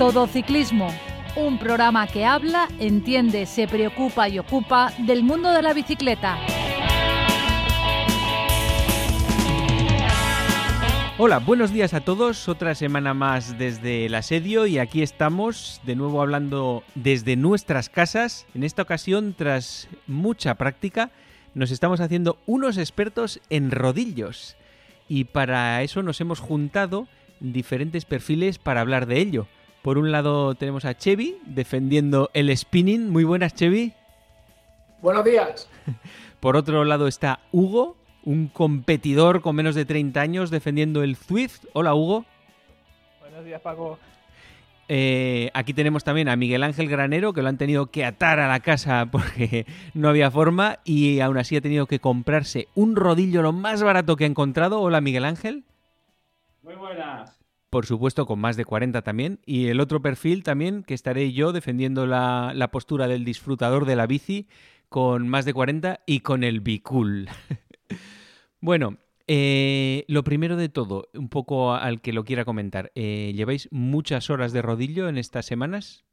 Todo Ciclismo, un programa que habla, entiende, se preocupa y ocupa del mundo de la bicicleta. Hola, buenos días a todos, otra semana más desde el asedio y aquí estamos de nuevo hablando desde nuestras casas. En esta ocasión, tras mucha práctica, nos estamos haciendo unos expertos en rodillos y para eso nos hemos juntado diferentes perfiles para hablar de ello. Por un lado tenemos a Chevy defendiendo el spinning. Muy buenas, Chevy. Buenos días. Por otro lado está Hugo, un competidor con menos de 30 años defendiendo el Zwift. Hola, Hugo. Buenos días, Paco. Aquí tenemos también a Miguel Ángel Granero, que lo han tenido que atar a la casa porque no había forma y aún así ha tenido que comprarse un rodillo lo más barato que ha encontrado. Hola, Miguel Ángel. Muy buenas. Por supuesto, con más de 40 también. Y el otro perfil también, que estaré yo defendiendo la postura del disfrutador de la bici con más de 40 y con el Bicool. Bueno, lo primero de todo, un poco al que lo quiera comentar. ¿Lleváis muchas horas de rodillo en estas semanas?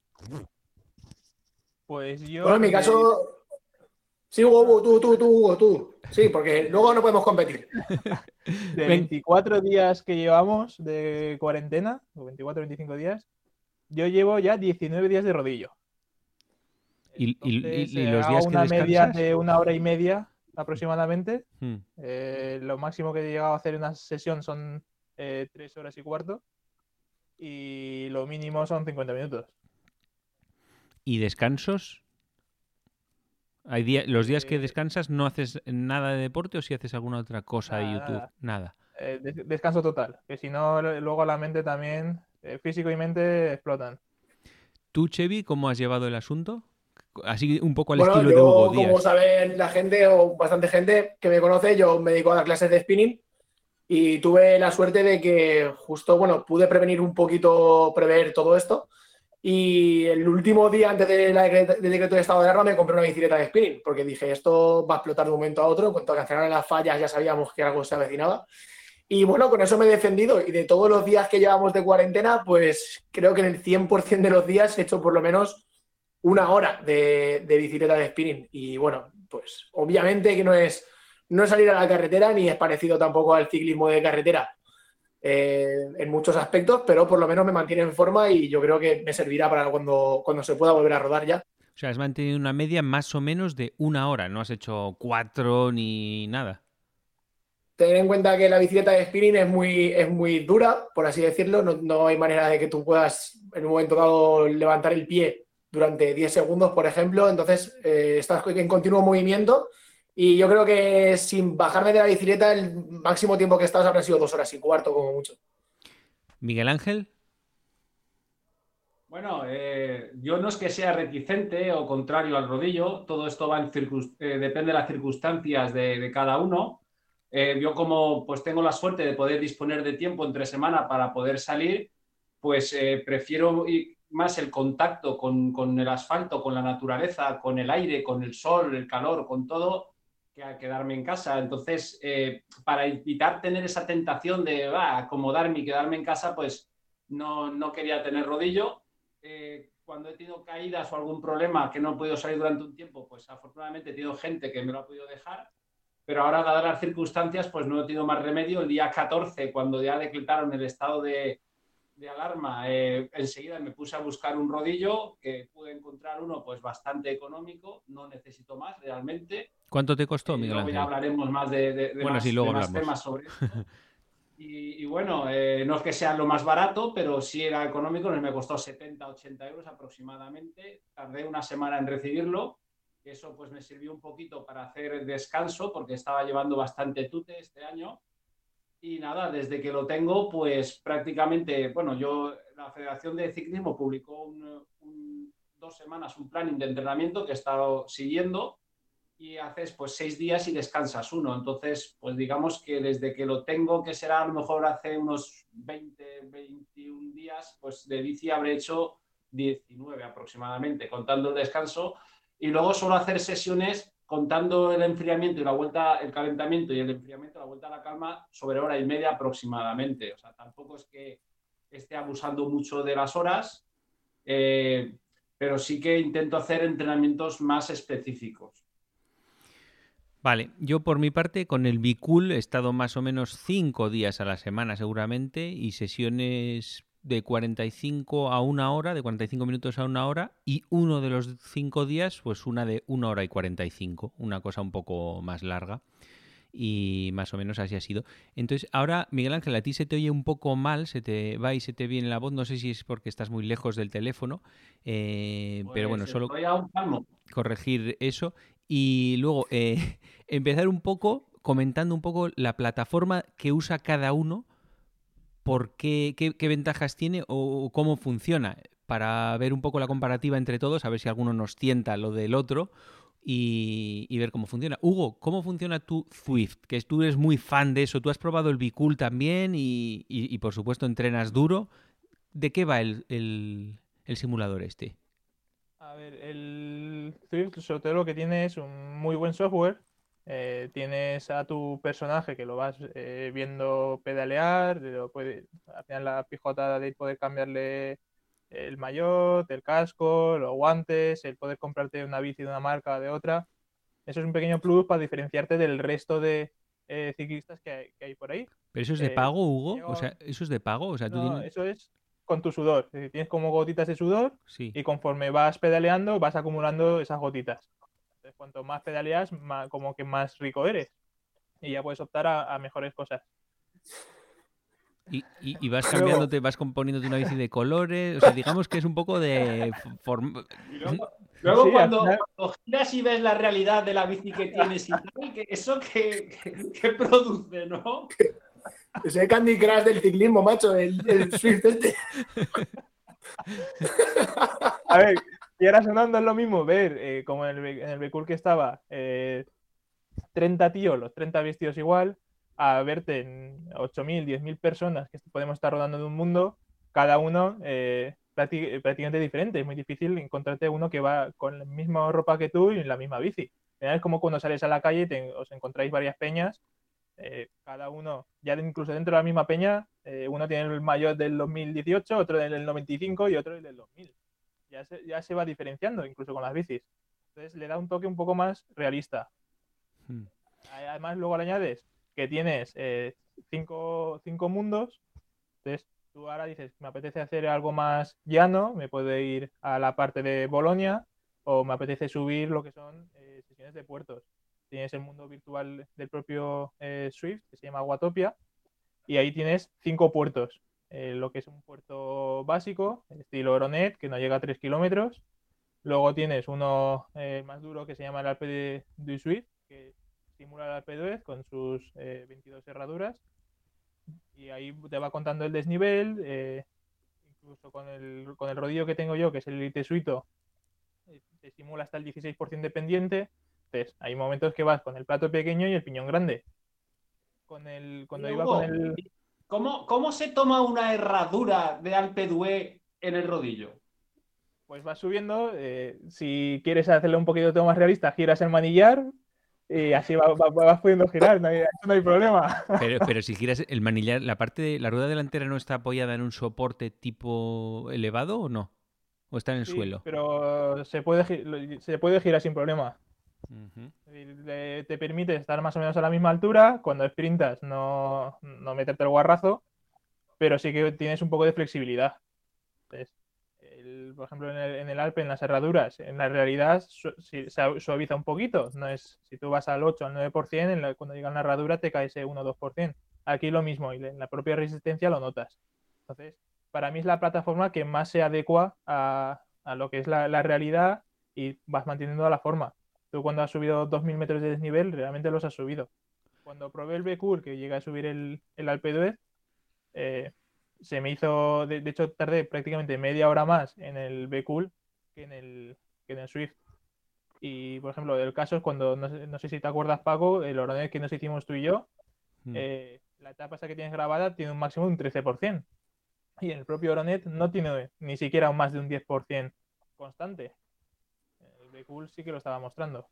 Pues yo... Bueno, en mi caso... Sí, Hugo, tú. Sí, porque luego no podemos competir. De 24 días que llevamos de cuarentena, o 24 o 25 días, yo llevo ya 19 días de rodillo. ¿Y Entonces, los días que una descansas? media de 1 hora y media aproximadamente. Hmm. Lo máximo que he llegado a hacer en una sesión son 3 horas y cuarto. Y lo mínimo son 50 minutos. ¿Y descansos? ¿Los días que descansas no haces nada de deporte o si haces alguna otra cosa de YouTube? Nada. Descanso total, que si no, luego la mente también, físico y mente explotan. ¿Tú, Chevy, cómo has llevado el asunto? Así un poco al Bueno, estilo yo, de Hugo Díaz. como saben la gente o bastante gente que me conoce, yo me dedico a dar clases de spinning y tuve la suerte de que justo, pude prever todo esto. Y el último día antes del decreto de estado de alarma me compré una bicicleta de spinning porque dije, esto va a explotar de un momento a otro. En cuanto cancelaron las fallas ya sabíamos que algo se avecinaba. Y bueno, con eso me he defendido. Y de todos los días que llevamos de cuarentena, pues creo que en el 100% de los días he hecho por lo menos 1 hora de bicicleta de spinning. Y bueno, pues obviamente que no es salir a la carretera ni es parecido tampoco al ciclismo de carretera. En muchos aspectos, pero por lo menos me mantiene en forma y yo creo que me servirá para cuando se pueda volver a rodar ya. O sea, has mantenido una media más o menos de 1 hora, no has hecho 4 ni nada. Ten en cuenta que la bicicleta de spinning es muy dura, por así decirlo. No hay manera de que tú puedas en un momento dado levantar el pie durante 10 segundos, por ejemplo. Entonces estás en continuo movimiento. Y yo creo que sin bajarme de la bicicleta, el máximo tiempo que he estado habrán sido 2 horas y cuarto, como mucho. ¿Miguel Ángel? Bueno, yo no es que sea reticente o contrario al rodillo, todo esto va depende de las circunstancias de cada uno. Yo como pues tengo la suerte de poder disponer de tiempo entre semana para poder salir, pues prefiero más el contacto con el asfalto, con la naturaleza, con el aire, con el sol, el calor, con todo, que a quedarme en casa. Entonces, para evitar tener esa tentación de acomodarme y quedarme en casa, pues no quería tener rodillo. Cuando he tenido caídas o algún problema que no he podido salir durante un tiempo, pues afortunadamente he tenido gente que me lo ha podido dejar, pero ahora, dadas las circunstancias, pues no he tenido más remedio. El día 14, cuando ya decretaron el estado de alarma, enseguida me puse a buscar un rodillo, que pude encontrar uno pues bastante económico, no necesito más realmente. ¿Cuánto te costó, Miguel Luego Ángel? ya hablaremos más de más temas sobre esto. Y bueno, no es que sea lo más barato, pero sí era económico, me costó 70-80 euros aproximadamente. Tardé 1 semana en recibirlo. Eso pues me sirvió un poquito para hacer descanso, porque estaba llevando bastante tute este año. Y nada, desde que lo tengo, pues prácticamente, la Federación de Ciclismo publicó 2 semanas un planning de entrenamiento que he estado siguiendo, y haces pues 6 días y descansas 1. Entonces, pues digamos que desde que lo tengo, que será a lo mejor hace unos 20-21 días, pues de bici habré hecho 19 aproximadamente, contando el descanso. Y luego suelo hacer sesiones contando el enfriamiento y la vuelta, el calentamiento y el enfriamiento, la vuelta a la calma, sobre 1 hora y media aproximadamente. O sea, tampoco es que esté abusando mucho de las horas, pero sí que intento hacer entrenamientos más específicos. Vale, yo por mi parte con el Bicool he estado más o menos 5 días a la semana seguramente y sesiones de 45 a 1 hora, de 45 minutos a 1 hora, y uno de los 5 días pues una de 1 hora y 45, una cosa un poco más larga. Y más o menos así ha sido. Entonces, ahora, Miguel Ángel, a ti se te oye un poco mal, se te va y se te viene la voz. No sé si es porque estás muy lejos del teléfono, pero bueno, solo Estoy a un palmo. corregir eso. Y luego, empezar un poco comentando un poco la plataforma que usa cada uno, por qué ventajas tiene o cómo funciona, para ver un poco la comparativa entre todos, a ver si alguno nos tienta lo del otro. Y ver cómo funciona. Hugo, ¿cómo funciona tu Zwift? Que tú eres muy fan de eso. Tú has probado el Bicool también y por supuesto entrenas duro. ¿De qué va el simulador este? A ver, el Zwift sobre todo lo que tiene es un muy buen software. Tienes a tu personaje que lo vas viendo pedalear, al final la pijota de poder cambiarle el maillot, el casco, los guantes, el poder comprarte una bici de una marca o de otra. Eso es un pequeño plus para diferenciarte del resto de ciclistas que hay por ahí. ¿Pero eso es de pago, Hugo? Llego- O sea, ¿eso es de pago? O sea, tú No, tienes... eso es con tu sudor. Es decir, tienes como gotitas de sudor Sí. y conforme vas pedaleando vas acumulando esas gotitas. Entonces, cuanto más pedaleas, como que más rico eres. Y ya puedes optar a mejores cosas. Y vas cambiándote, vas componiéndote una bici de colores. O sea, digamos que es un poco de... Luego Sí, cuando final... giras y ves la realidad de la bici que tienes y tal, eso que produce, ¿no? Ese Candy Crush del ciclismo, macho, el Swift este. A ver, quieras o no, no es lo mismo ver, como en el Bicool que estaba, 30 tíos, los 30 vestidos igual, a verte en 8.000, 10.000 personas que podemos estar rodando en un mundo, cada uno prácticamente diferente. Es muy difícil encontrarte uno que va con la misma ropa que tú y en la misma bici. Es como cuando sales a la calle y os encontráis varias peñas, cada uno, ya incluso dentro de la misma peña, uno tiene el maillot del 2018, otro del 95 y otro del 2000. Ya se va diferenciando, incluso con las bicis. Entonces le da un toque un poco más realista. Además, luego le añades que tienes 5 mundos. Entonces, tú ahora dices, me apetece hacer algo más llano, me puedo ir a la parte de Bolonia o me apetece subir lo que son sesiones de puertos. Tienes el mundo virtual del propio Swift, que se llama Watopia, y ahí tienes 5 puertos. Lo que es un puerto básico, estilo Oronet, que no llega a 3 kilómetros. Luego tienes uno más duro que se llama el Alpe du Swift, que simula el Alpe d'Huez con sus 22 herraduras. Y ahí te va contando el desnivel, incluso con el rodillo que tengo yo, que es el Elite Suito, te simula hasta el 16% de pendiente. Entonces, hay momentos que vas con el plato pequeño y el piñón grande. Cuando iba con el... ¿Cómo se toma una herradura de Alpe d'Huez en el rodillo? Pues vas subiendo, si quieres hacerlo un poquito más realista, giras el manillar y así vas pudiendo girar, no hay problema. Pero si giras el manillar, la parte de la rueda delantera no está apoyada en un soporte tipo elevado o no? ¿O está en el suelo? Pero se puede girar sin problema. Uh-huh. Te permite estar más o menos a la misma altura, cuando sprintas no meterte el guarrazo, pero sí que tienes un poco de flexibilidad. Entonces, por ejemplo, en el Alpe, en las herraduras, en la realidad se suaviza un poquito. No es, si tú vas al 8 al 9%, cuando llega una herradura te cae ese 1 o 2%. Aquí lo mismo, y en la propia resistencia lo notas. Entonces, para mí es la plataforma que más se adecua a lo que es la realidad y vas manteniendo la forma. Tú cuando has subido 2.000 metros de desnivel, realmente los has subido. Cuando probé el Bicool, que llega a subir el Alpe d'Huez, se me hizo, de hecho tardé prácticamente media hora más en el Bicool que en el Swift. Y por ejemplo, el caso es cuando, no sé si te acuerdas, Paco, el Oronet que nos hicimos tú y yo, la etapa esa que tienes grabada tiene un máximo de un 13%. Y en el propio Oronet no tiene ni siquiera más de un 10% constante. El Bicool sí que lo estaba mostrando.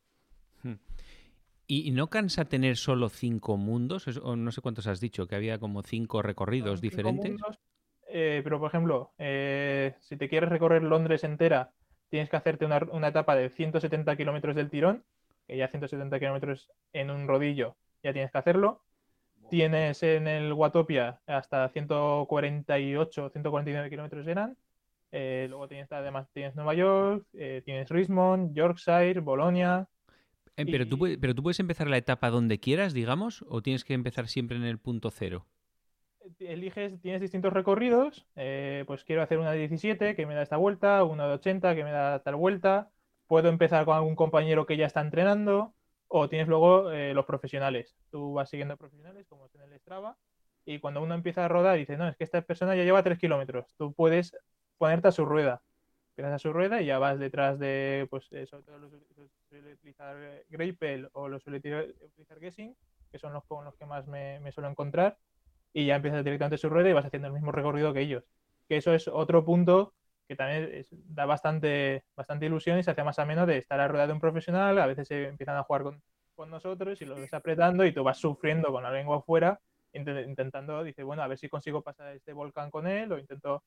¿Y no cansa tener solo 5 mundos? O no sé cuántos has dicho, que había como 5 recorridos diferentes. 5 mundos, pero por ejemplo, si te quieres recorrer Londres entera, tienes que hacerte una etapa de 170 kilómetros del tirón, que ya 170 kilómetros en un rodillo ya tienes que hacerlo. Tienes en el Watopia hasta 148, 149 kilómetros eran. Luego además tienes Nueva York, tienes Richmond, Yorkshire, Bolonia. Pero tú puedes empezar la etapa donde quieras, digamos, o tienes que empezar siempre en el punto cero. Tienes distintos recorridos. Pues quiero hacer una de 17 que me da esta vuelta, una de 80 que me da tal vuelta. Puedo empezar con algún compañero que ya está entrenando, o tienes luego los profesionales. Tú vas siguiendo profesionales, como es en el Strava, y cuando uno empieza a rodar, dice, no, es que esta persona ya lleva 3 kilómetros. Tú puedes ponerte a su rueda. Empiezas a su rueda y ya vas detrás de, pues, sobre todo los suele utilizar Greipel o los suele utilizar Gesing, que son con los que más me suelo encontrar, y ya empiezas directamente a su rueda y vas haciendo el mismo recorrido que ellos. Que eso es otro punto que también da bastante ilusión y se hace más ameno de estar a rueda de un profesional. A veces se empiezan a jugar con nosotros y lo ves apretando y tú vas sufriendo con la lengua afuera, intentando, dice, bueno, a ver si consigo pasar este volcán con él, o intento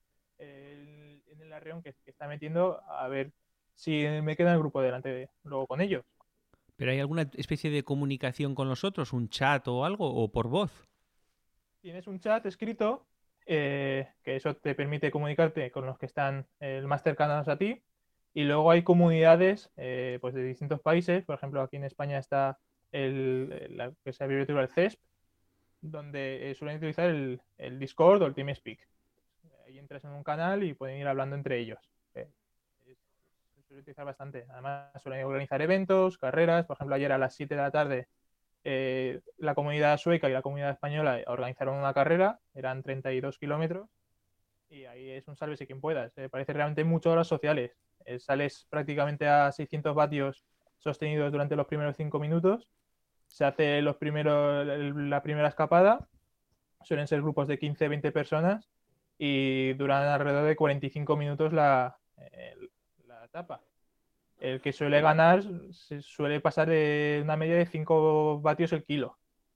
en el arreón que está metiendo, a ver si me queda el grupo delante luego con ellos. ¿Pero hay alguna especie de comunicación con los otros? ¿Un chat o algo? ¿O por voz? Tienes un chat escrito que eso te permite comunicarte con los que están más cercanos a ti, y luego hay comunidades pues de distintos países. Por ejemplo, aquí en España está la que se abreviatura el CESP, donde suelen utilizar el Discord o el TeamSpeak. Ahí entras en un canal y pueden ir hablando entre ellos. Se suele utilizar bastante. Además, suelen organizar eventos, carreras. Por ejemplo, ayer a las 7 de la tarde la comunidad sueca y la comunidad española organizaron una carrera, eran 32 kilómetros, y ahí es un sálvese quien pueda. Parece realmente mucho horas sociales. Sales prácticamente a 600 vatios sostenidos durante los primeros 5 minutos, se hace la primera escapada, suelen ser grupos de 15-20 personas y duran alrededor de 45 minutos la etapa. El que suele ganar se suele pasar de una media de 5 vatios el kilo.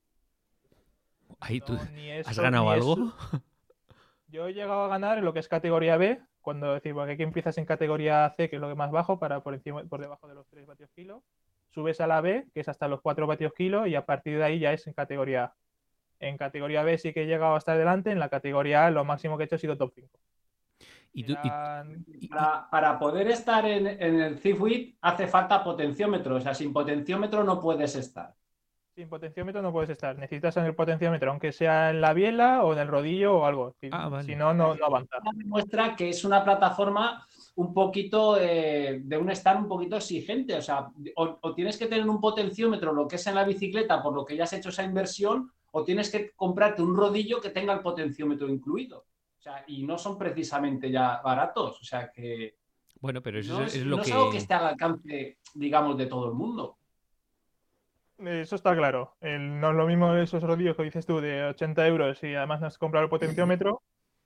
Ahí tú Eso, has ganado algo. Yo he llegado a ganar en lo que es categoría B, cuando decimos que aquí empiezas en categoría C, que es lo que más bajo, por debajo de los 3 vatios kilo. Subes a la B, que es hasta los 4 vatios kilo, y a partir de ahí ya es en categoría A. En categoría B sí que he llegado hasta adelante, en la categoría A lo máximo que he hecho ha sido top 5. Para poder estar en el Zwift hace falta potenciómetro, o sea, sin potenciómetro no puedes estar. Sin potenciómetro no puedes estar, necesitas en el potenciómetro, aunque sea en la biela o en el rodillo o algo, vale. Si no avanza. Demuestra que es una plataforma un poquito de un estar un poquito exigente, o sea, o tienes que tener un potenciómetro, lo que es en la bicicleta, por lo que ya has hecho esa inversión, o tienes que comprarte un rodillo que tenga el potenciómetro incluido. O sea, y no son precisamente ya baratos, o sea que... Bueno, pero eso no es lo no que... es algo que esté al alcance, digamos, de todo el mundo. Eso está claro. No es lo mismo esos rodillos que dices tú de 80 euros y además no has comprado el potenciómetro.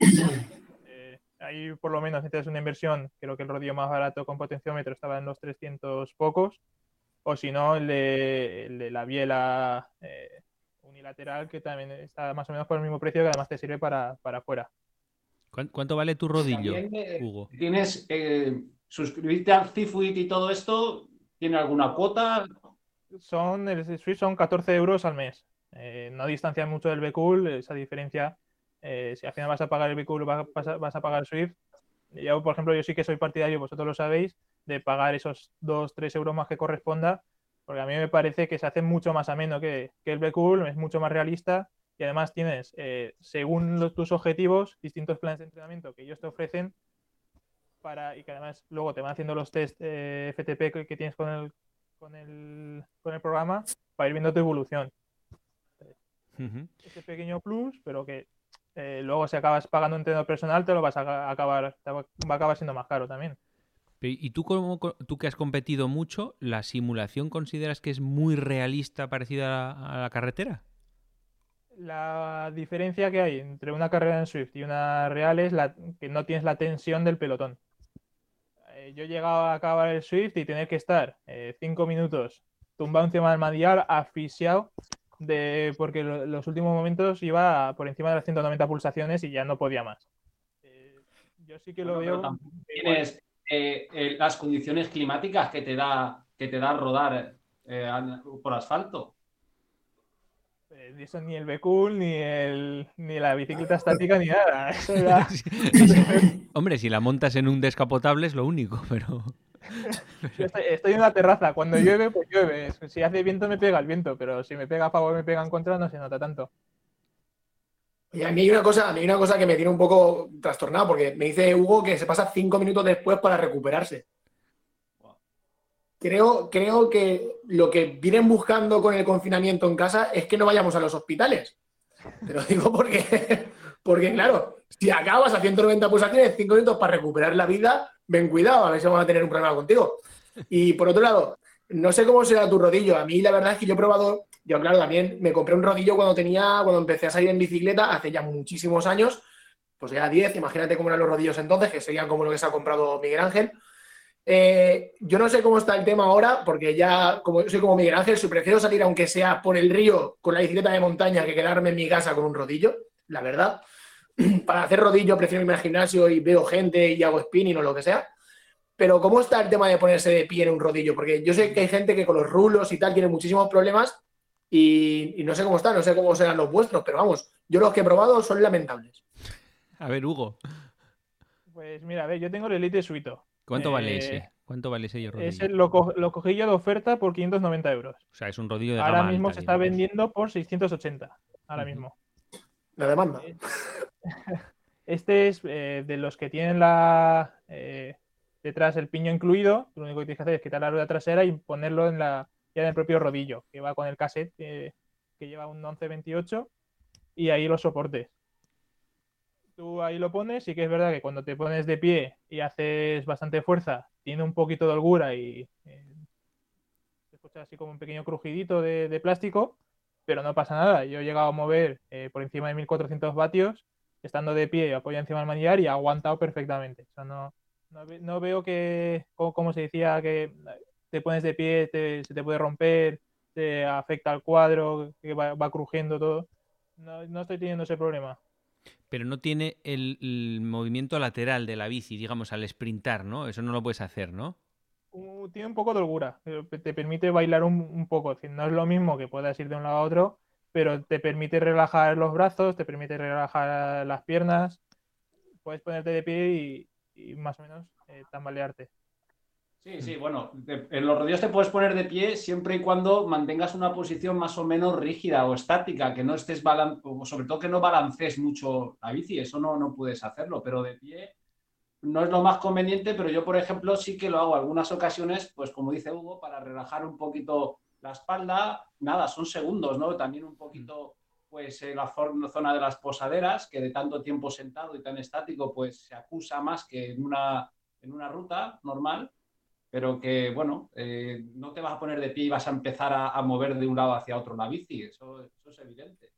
Ahí por lo menos necesitas una inversión. Creo que el rodillo más barato con potenciómetro estaba en los 300 pocos. O si no, el de la biela unilateral, que también está más o menos por el mismo precio, que además te sirve para afuera. ¿Cuánto vale tu rodillo, También, Hugo? ¿Tienes suscribirte al Zwift y todo esto? ¿Tiene alguna cuota? El Swift son 14 euros al mes. No distancia mucho del B-Cool, esa diferencia. Si al final vas a pagar el B-Cool, vas a pagar Swift. Yo, por ejemplo, yo sí que soy partidario, vosotros lo sabéis, de pagar esos 2-3 euros más que corresponda, porque a mí me parece que se hace mucho más ameno que el B-Cool, es mucho más realista, y además tienes, según tus objetivos, distintos planes de entrenamiento que ellos te ofrecen, y que además luego te van haciendo los test FTP que tienes con el programa para ir viendo tu evolución. Ese pequeño plus, pero que luego si acabas pagando un entrenador personal te va a acabar siendo más caro también. ¿Y tú que has competido mucho, la simulación consideras que es muy realista parecida a la carretera? La diferencia que hay entre una carrera en Swift y una real es que no tienes la tensión del pelotón. Yo he llegado a acabar el Swift y tener que estar 5 minutos tumbado encima del manillar, asfixiado, porque los últimos momentos iba por encima de las 190 pulsaciones y ya no podía más. Yo sí que lo Bueno, pero veo. tampoco Igual. tienes las condiciones climáticas que te da rodar por asfalto. Eso ni el B-Cool, ni la bicicleta estática, ni nada. Eso era... Hombre, si la montas en un descapotable es lo único, pero... Yo estoy en la terraza. Cuando llueve, pues llueve. Si hace viento, me pega el viento. Pero si me pega a favor, me pega en contra, no se nota tanto. Y a mí hay una cosa que me tiene un poco trastornado, porque me dice Hugo que se pasa 5 minutos después para recuperarse. Creo que lo que vienen buscando con el confinamiento en casa es que no vayamos a los hospitales. Te lo digo porque claro, si acabas a 190 pulsaciones, 5 minutos para recuperar la vida, ven cuidado, a ver si vamos a tener un problema contigo. Y por otro lado, no sé cómo será tu rodillo. A mí la verdad es que yo he probado, yo claro, también me compré un rodillo cuando empecé a salir en bicicleta, hace ya muchísimos años, pues ya 10, imagínate cómo eran los rodillos entonces, que serían como lo que se ha comprado Miguel Ángel. Yo no sé cómo está el tema ahora, porque ya, como yo soy como Miguel Ángel, si prefiero salir aunque sea por el río con la bicicleta de montaña que quedarme en mi casa con un rodillo, la verdad. Para hacer rodillo prefiero irme al gimnasio y veo gente y hago spinning o lo que sea. Pero ¿cómo está el tema de ponerse de pie en un rodillo? Porque yo sé que hay gente que con los rulos y tal tiene muchísimos problemas y no sé cómo está, no sé cómo serán los vuestros, pero vamos, yo los que he probado son lamentables. A ver, Hugo, Pues mira, a ver, yo tengo el Elite Suito. ¿cuánto vale ese? ¿Cuánto vale ese rodillo? Lo cogí yo de oferta por 590 euros. O sea, es un rodillo de Ahora gama mismo alta, se está digamos. vendiendo por 680. Ahora Ujú. mismo. La demanda. Este es de los que tienen detrás el piño incluido. Lo único que tienes que hacer es quitar la rueda trasera y ponerlo ya en el propio rodillo, que va con el cassette que lleva un 1128 y ahí los soportes. Tú ahí lo pones y que es verdad que cuando te pones de pie y haces bastante fuerza, tiene un poquito de holgura y se escucha así como un pequeño crujidito de plástico, pero no pasa nada. Yo he llegado a mover por encima de 1400 vatios, estando de pie, apoyado encima del manillar y ha aguantado perfectamente. O sea, no veo que, como se decía, que te pones de pie, se te puede romper, te afecta al cuadro, que va crujiendo todo. No estoy teniendo ese problema. Pero no tiene el movimiento lateral de la bici, digamos, al sprintar, ¿no? Eso no lo puedes hacer, ¿no? Tiene un poco de holgura, te permite bailar un poco. Es decir, no es lo mismo que puedas ir de un lado a otro, pero te permite relajar los brazos, te permite relajar las piernas, puedes ponerte de pie y más o menos tambalearte. Sí, bueno, en los rodillos te puedes poner de pie siempre y cuando mantengas una posición más o menos rígida o estática, que no estés sobre todo que no balancees mucho la bici, eso no puedes hacerlo, pero de pie no es lo más conveniente, pero yo, por ejemplo, sí que lo hago algunas ocasiones, pues como dice Hugo, para relajar un poquito la espalda, nada, son segundos, ¿no? También un poquito, pues la zona de las posaderas, que de tanto tiempo sentado y tan estático, pues se acusa más que en una ruta normal, pero que, bueno, no te vas a poner de pie y vas a empezar a mover de un lado hacia otro la bici, eso es evidente.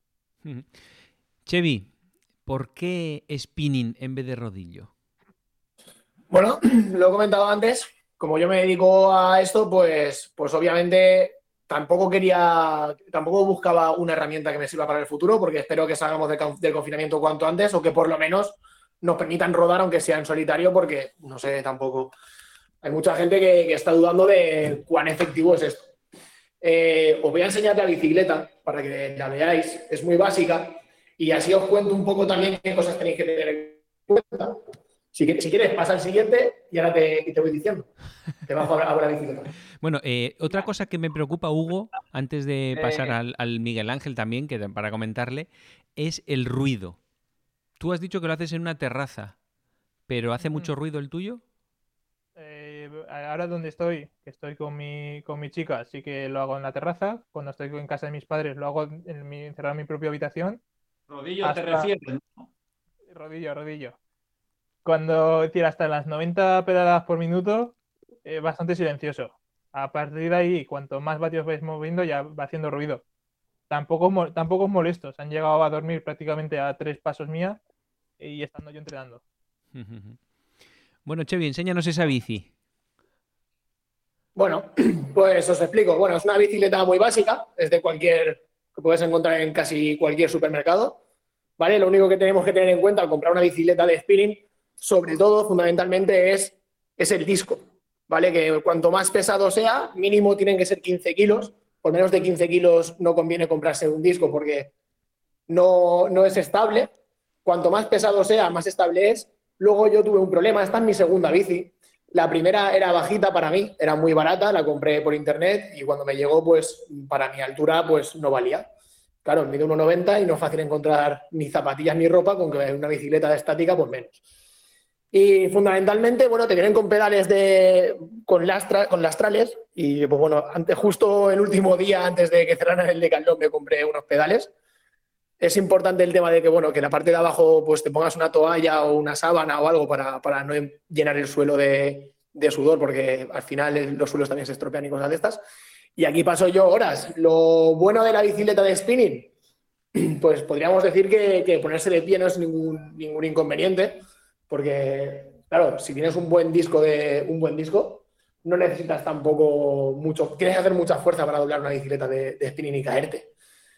Chevy, ¿por qué spinning en vez de rodillo? Bueno, lo he comentado antes, como yo me dedico a esto, pues obviamente tampoco buscaba una herramienta que me sirva para el futuro, porque espero que salgamos del confinamiento cuanto antes o que por lo menos nos permitan rodar, aunque sea en solitario, porque no sé tampoco. Hay mucha gente que está dudando de cuán efectivo es esto. Os voy a enseñar la bicicleta para que la veáis, es muy básica y así os cuento un poco también qué cosas tenéis que tener en cuenta. Si quieres, pasa al siguiente y ahora te voy diciendo. Te bajo a la bicicleta. Bueno, otra cosa que me preocupa, Hugo, antes de pasar al Miguel Ángel también, para comentarle, es el ruido. Tú has dicho que lo haces en una terraza, pero ¿hace mucho ruido el tuyo? Ahora donde estoy, que estoy con mi chica, sí que lo hago en la terraza. Cuando estoy en casa de mis padres, lo hago encerrado en mi propia habitación. ¿Rodillo te refieres? Rodillo. Cuando, es decir, hasta las 90 pedaladas por minuto, bastante silencioso. A partir de ahí, cuanto más vatios vais moviendo, ya va haciendo ruido. Tampoco es molesto. Se han llegado a dormir prácticamente a 3 pasos mía y estando yo entrenando. Bueno, Chevy, enséñanos esa bici. Bueno, pues os explico. Bueno, es una bicicleta muy básica, es de que puedes encontrar en casi cualquier supermercado, ¿vale? Lo único que tenemos que tener en cuenta al comprar una bicicleta de spinning sobre todo, fundamentalmente, es el disco, ¿vale? Que cuanto más pesado sea, mínimo tienen que ser 15 kilos. Por menos de 15 kilos no conviene comprarse un disco porque no es estable. Cuanto más pesado sea, más estable es. Luego yo tuve un problema, esta es mi segunda bici. La primera era bajita para mí, era muy barata, la compré por internet y cuando me llegó, pues para mi altura, pues no valía. Claro, mido 1,90 y no es fácil encontrar ni zapatillas ni ropa, con que una bicicleta de estática, pues menos. Y fundamentalmente, bueno, te vienen con pedales con lastrales y pues bueno, justo el último día antes de que cerraran el Decathlon me compré unos pedales. Es importante el tema de que, bueno, que en la parte de abajo pues te pongas una toalla o una sábana o algo para no llenar el suelo de sudor, porque al final los suelos también se estropean y cosas de estas. Y aquí paso yo horas. Lo bueno de la bicicleta de spinning, pues podríamos decir que ponerse de pie no es ningún inconveniente, porque, claro, si tienes un buen disco, no necesitas tampoco mucho. Tienes que hacer mucha fuerza para doblar una bicicleta de spinning y caerte.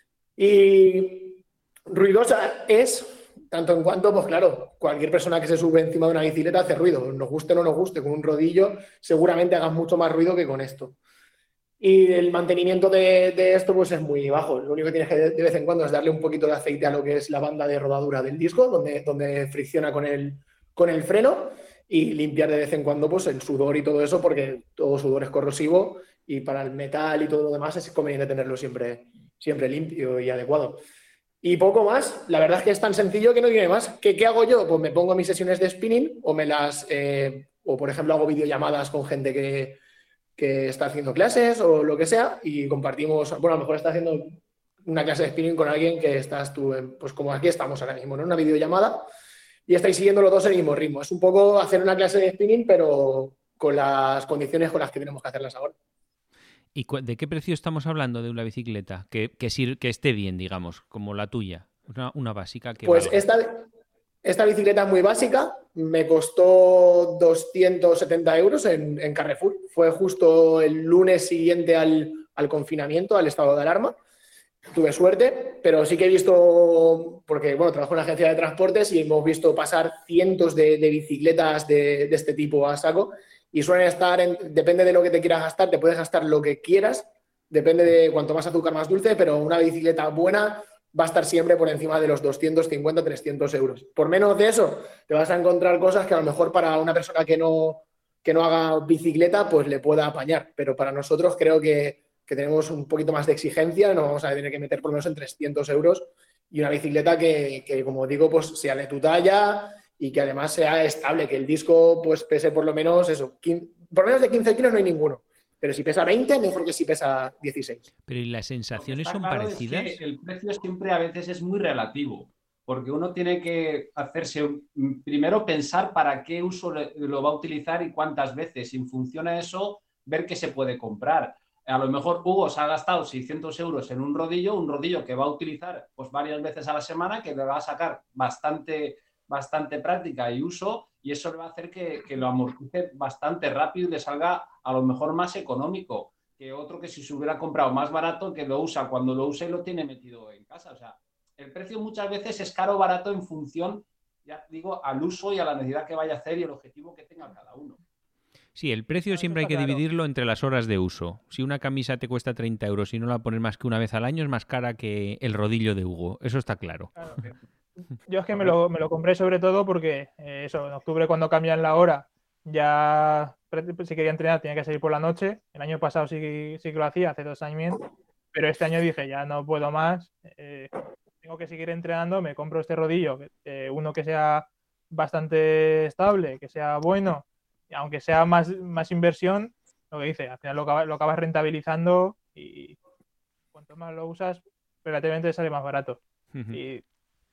Y ruidosa es, tanto en cuanto, pues claro, cualquier persona que se sube encima de una bicicleta hace ruido. Nos guste o no nos guste, con un rodillo seguramente hagas mucho más ruido que con esto. Y el mantenimiento de esto pues es muy bajo. Lo único que tienes que de vez en cuando es darle un poquito de aceite a lo que es la banda de rodadura del disco, donde fricciona con el freno, y limpiar de vez en cuando pues el sudor y todo eso, porque todo sudor es corrosivo y para el metal y todo lo demás es conveniente tenerlo siempre limpio y adecuado. Y poco más, la verdad es que es tan sencillo que no tiene más. ¿Qué hago yo? Pues me pongo mis sesiones de spinning o por ejemplo hago videollamadas con gente que está haciendo clases o lo que sea y compartimos, bueno, a lo mejor está haciendo una clase de spinning con alguien que estás tú, pues como aquí estamos ahora mismo, ¿no? Una videollamada y estáis siguiendo los dos el mismo ritmo. Es un poco hacer una clase de spinning, pero con las condiciones con las que tenemos que hacerlas ahora. ¿Y de qué precio estamos hablando de una bicicleta? Que esté bien, digamos, como la tuya. Una básica que Pues valga. esta bicicleta muy básica me costó 270 euros en Carrefour. Fue justo el lunes siguiente al confinamiento, al estado de alarma. Tuve suerte, pero sí que he visto, porque bueno, trabajo en una agencia de transportes y hemos visto pasar cientos de bicicletas de este tipo a saco y suelen estar, depende de lo que te quieras gastar, te puedes gastar lo que quieras, depende de cuanto más azúcar, más dulce, pero una bicicleta buena va a estar siempre por encima de los 250, 300 euros. Por menos de eso, te vas a encontrar cosas que a lo mejor para una persona que no haga bicicleta, pues le pueda apañar, pero para nosotros creo que tenemos un poquito más de exigencia, nos vamos a tener que meter por lo menos en 300 euros y una bicicleta que como digo, pues sea de tu talla y que además sea estable, que el disco pues pese por lo menos eso, por menos de 15 kilos no hay ninguno, pero si pesa 20, mejor que si pesa 16. Pero ¿y las sensaciones son claro parecidas? es que el precio siempre a veces es muy relativo, porque uno tiene que hacerse, primero pensar para qué uso lo va a utilizar y cuántas veces, y en función a eso, ver qué se puede comprar. A lo mejor Hugo se ha gastado 600 euros en un rodillo que va a utilizar pues varias veces a la semana, que le va a sacar bastante práctica y uso, y eso le va a hacer que lo amortice bastante rápido y le salga a lo mejor más económico que otro que si se hubiera comprado más barato, que lo usa cuando lo usa y lo tiene metido en casa. O sea, el precio muchas veces es caro o barato en función, ya digo, al uso y a la necesidad que vaya a hacer y el objetivo que tenga cada uno. Sí, el precio siempre hay que dividirlo entre las horas de uso. Si una camisa te cuesta 30 euros y no la pones más que una vez al año, es más cara que el rodillo de Hugo. Eso está claro. Claro. Yo es que me lo compré sobre todo porque eso, en octubre cuando cambian la hora, ya si quería entrenar tenía que salir por la noche. El año pasado sí que lo hacía, hace 2 años, pero este año dije ya no puedo más, tengo que seguir entrenando, me compro este rodillo, uno que sea bastante estable, que sea bueno, aunque sea más inversión, lo que dice, al final lo acabas rentabilizando y cuanto más lo usas, relativamente sale más barato. Y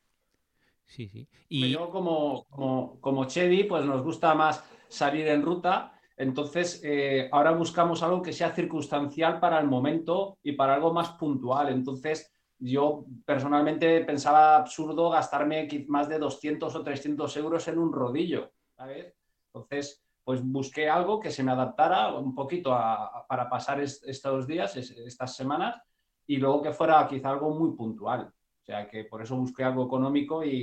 sí. Y yo como Chedi, pues nos gusta más salir en ruta, entonces ahora buscamos algo que sea circunstancial para el momento y para algo más puntual. Entonces yo personalmente pensaba absurdo gastarme más de 200 o 300 euros en un rodillo, ¿sabes? Entonces pues busqué algo que se me adaptara un poquito para pasar estos días, estas semanas, y luego que fuera quizá algo muy puntual. O sea que por eso busqué algo económico y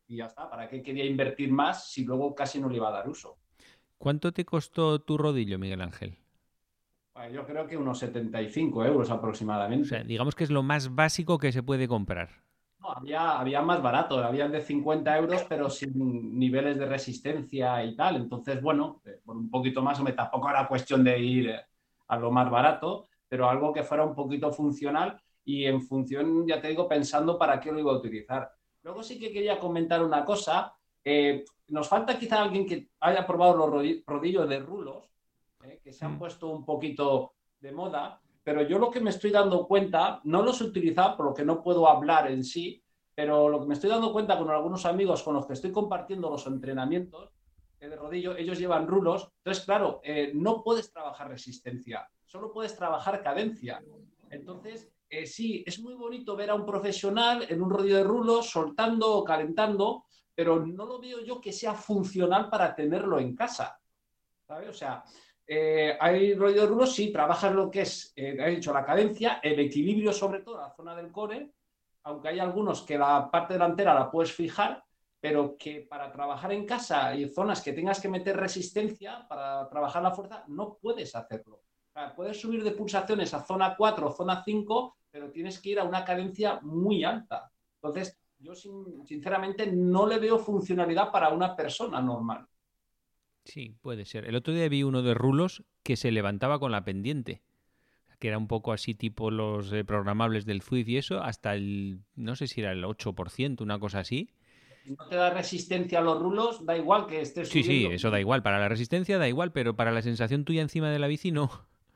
y ya está. ¿Para qué quería invertir más si luego casi no le iba a dar uso? ¿Cuánto te costó tu rodillo, Miguel Ángel? Bueno, yo creo que unos 75 euros O aproximadamente. sea, digamos que es lo más básico que se puede comprar. No, había más barato, habían de 50 euros, pero sin niveles de resistencia y tal. Entonces, bueno, por un poquito más, tampoco era cuestión de ir a lo más barato, pero algo que fuera un poquito funcional y en función, ya te digo, pensando para qué lo iba a utilizar. Luego sí que quería comentar una cosa. Nos falta quizá alguien que haya probado los rodillos de rulos, que se han puesto un poquito de moda. Pero yo lo que me estoy dando cuenta, no los he utilizado por lo que no puedo hablar en sí, pero lo que me estoy dando cuenta con algunos amigos con los que estoy compartiendo los entrenamientos de rodillo, ellos llevan rulos. Entonces, claro, no puedes trabajar resistencia, solo puedes trabajar cadencia. Entonces, sí, es muy bonito ver a un profesional en un rodillo de rulos soltando o calentando, pero no lo veo yo que sea funcional para tenerlo en casa, ¿sabes? O sea, hay rodillo de rulos, sí, trabajas lo que es, he dicho, la cadencia, el equilibrio, sobre todo, la zona del core, aunque hay algunos que la parte delantera la puedes fijar, pero que para trabajar en casa y zonas que tengas que meter resistencia para trabajar la fuerza, no puedes hacerlo. O sea, puedes subir de pulsaciones a zona 4 o zona 5, pero tienes que ir a una cadencia muy alta. Entonces, yo sinceramente no le veo funcionalidad para una persona normal. Sí, puede ser. El otro día vi uno de rulos que se levantaba con la pendiente, que era un poco así tipo los programables del Zwift y eso, hasta el, no sé si era el 8%, una cosa así. Si no te da resistencia a los rulos, da igual que estés Sí, subiendo. sí, eso da igual. Para la resistencia da igual, pero para la sensación tuya encima de la bici no.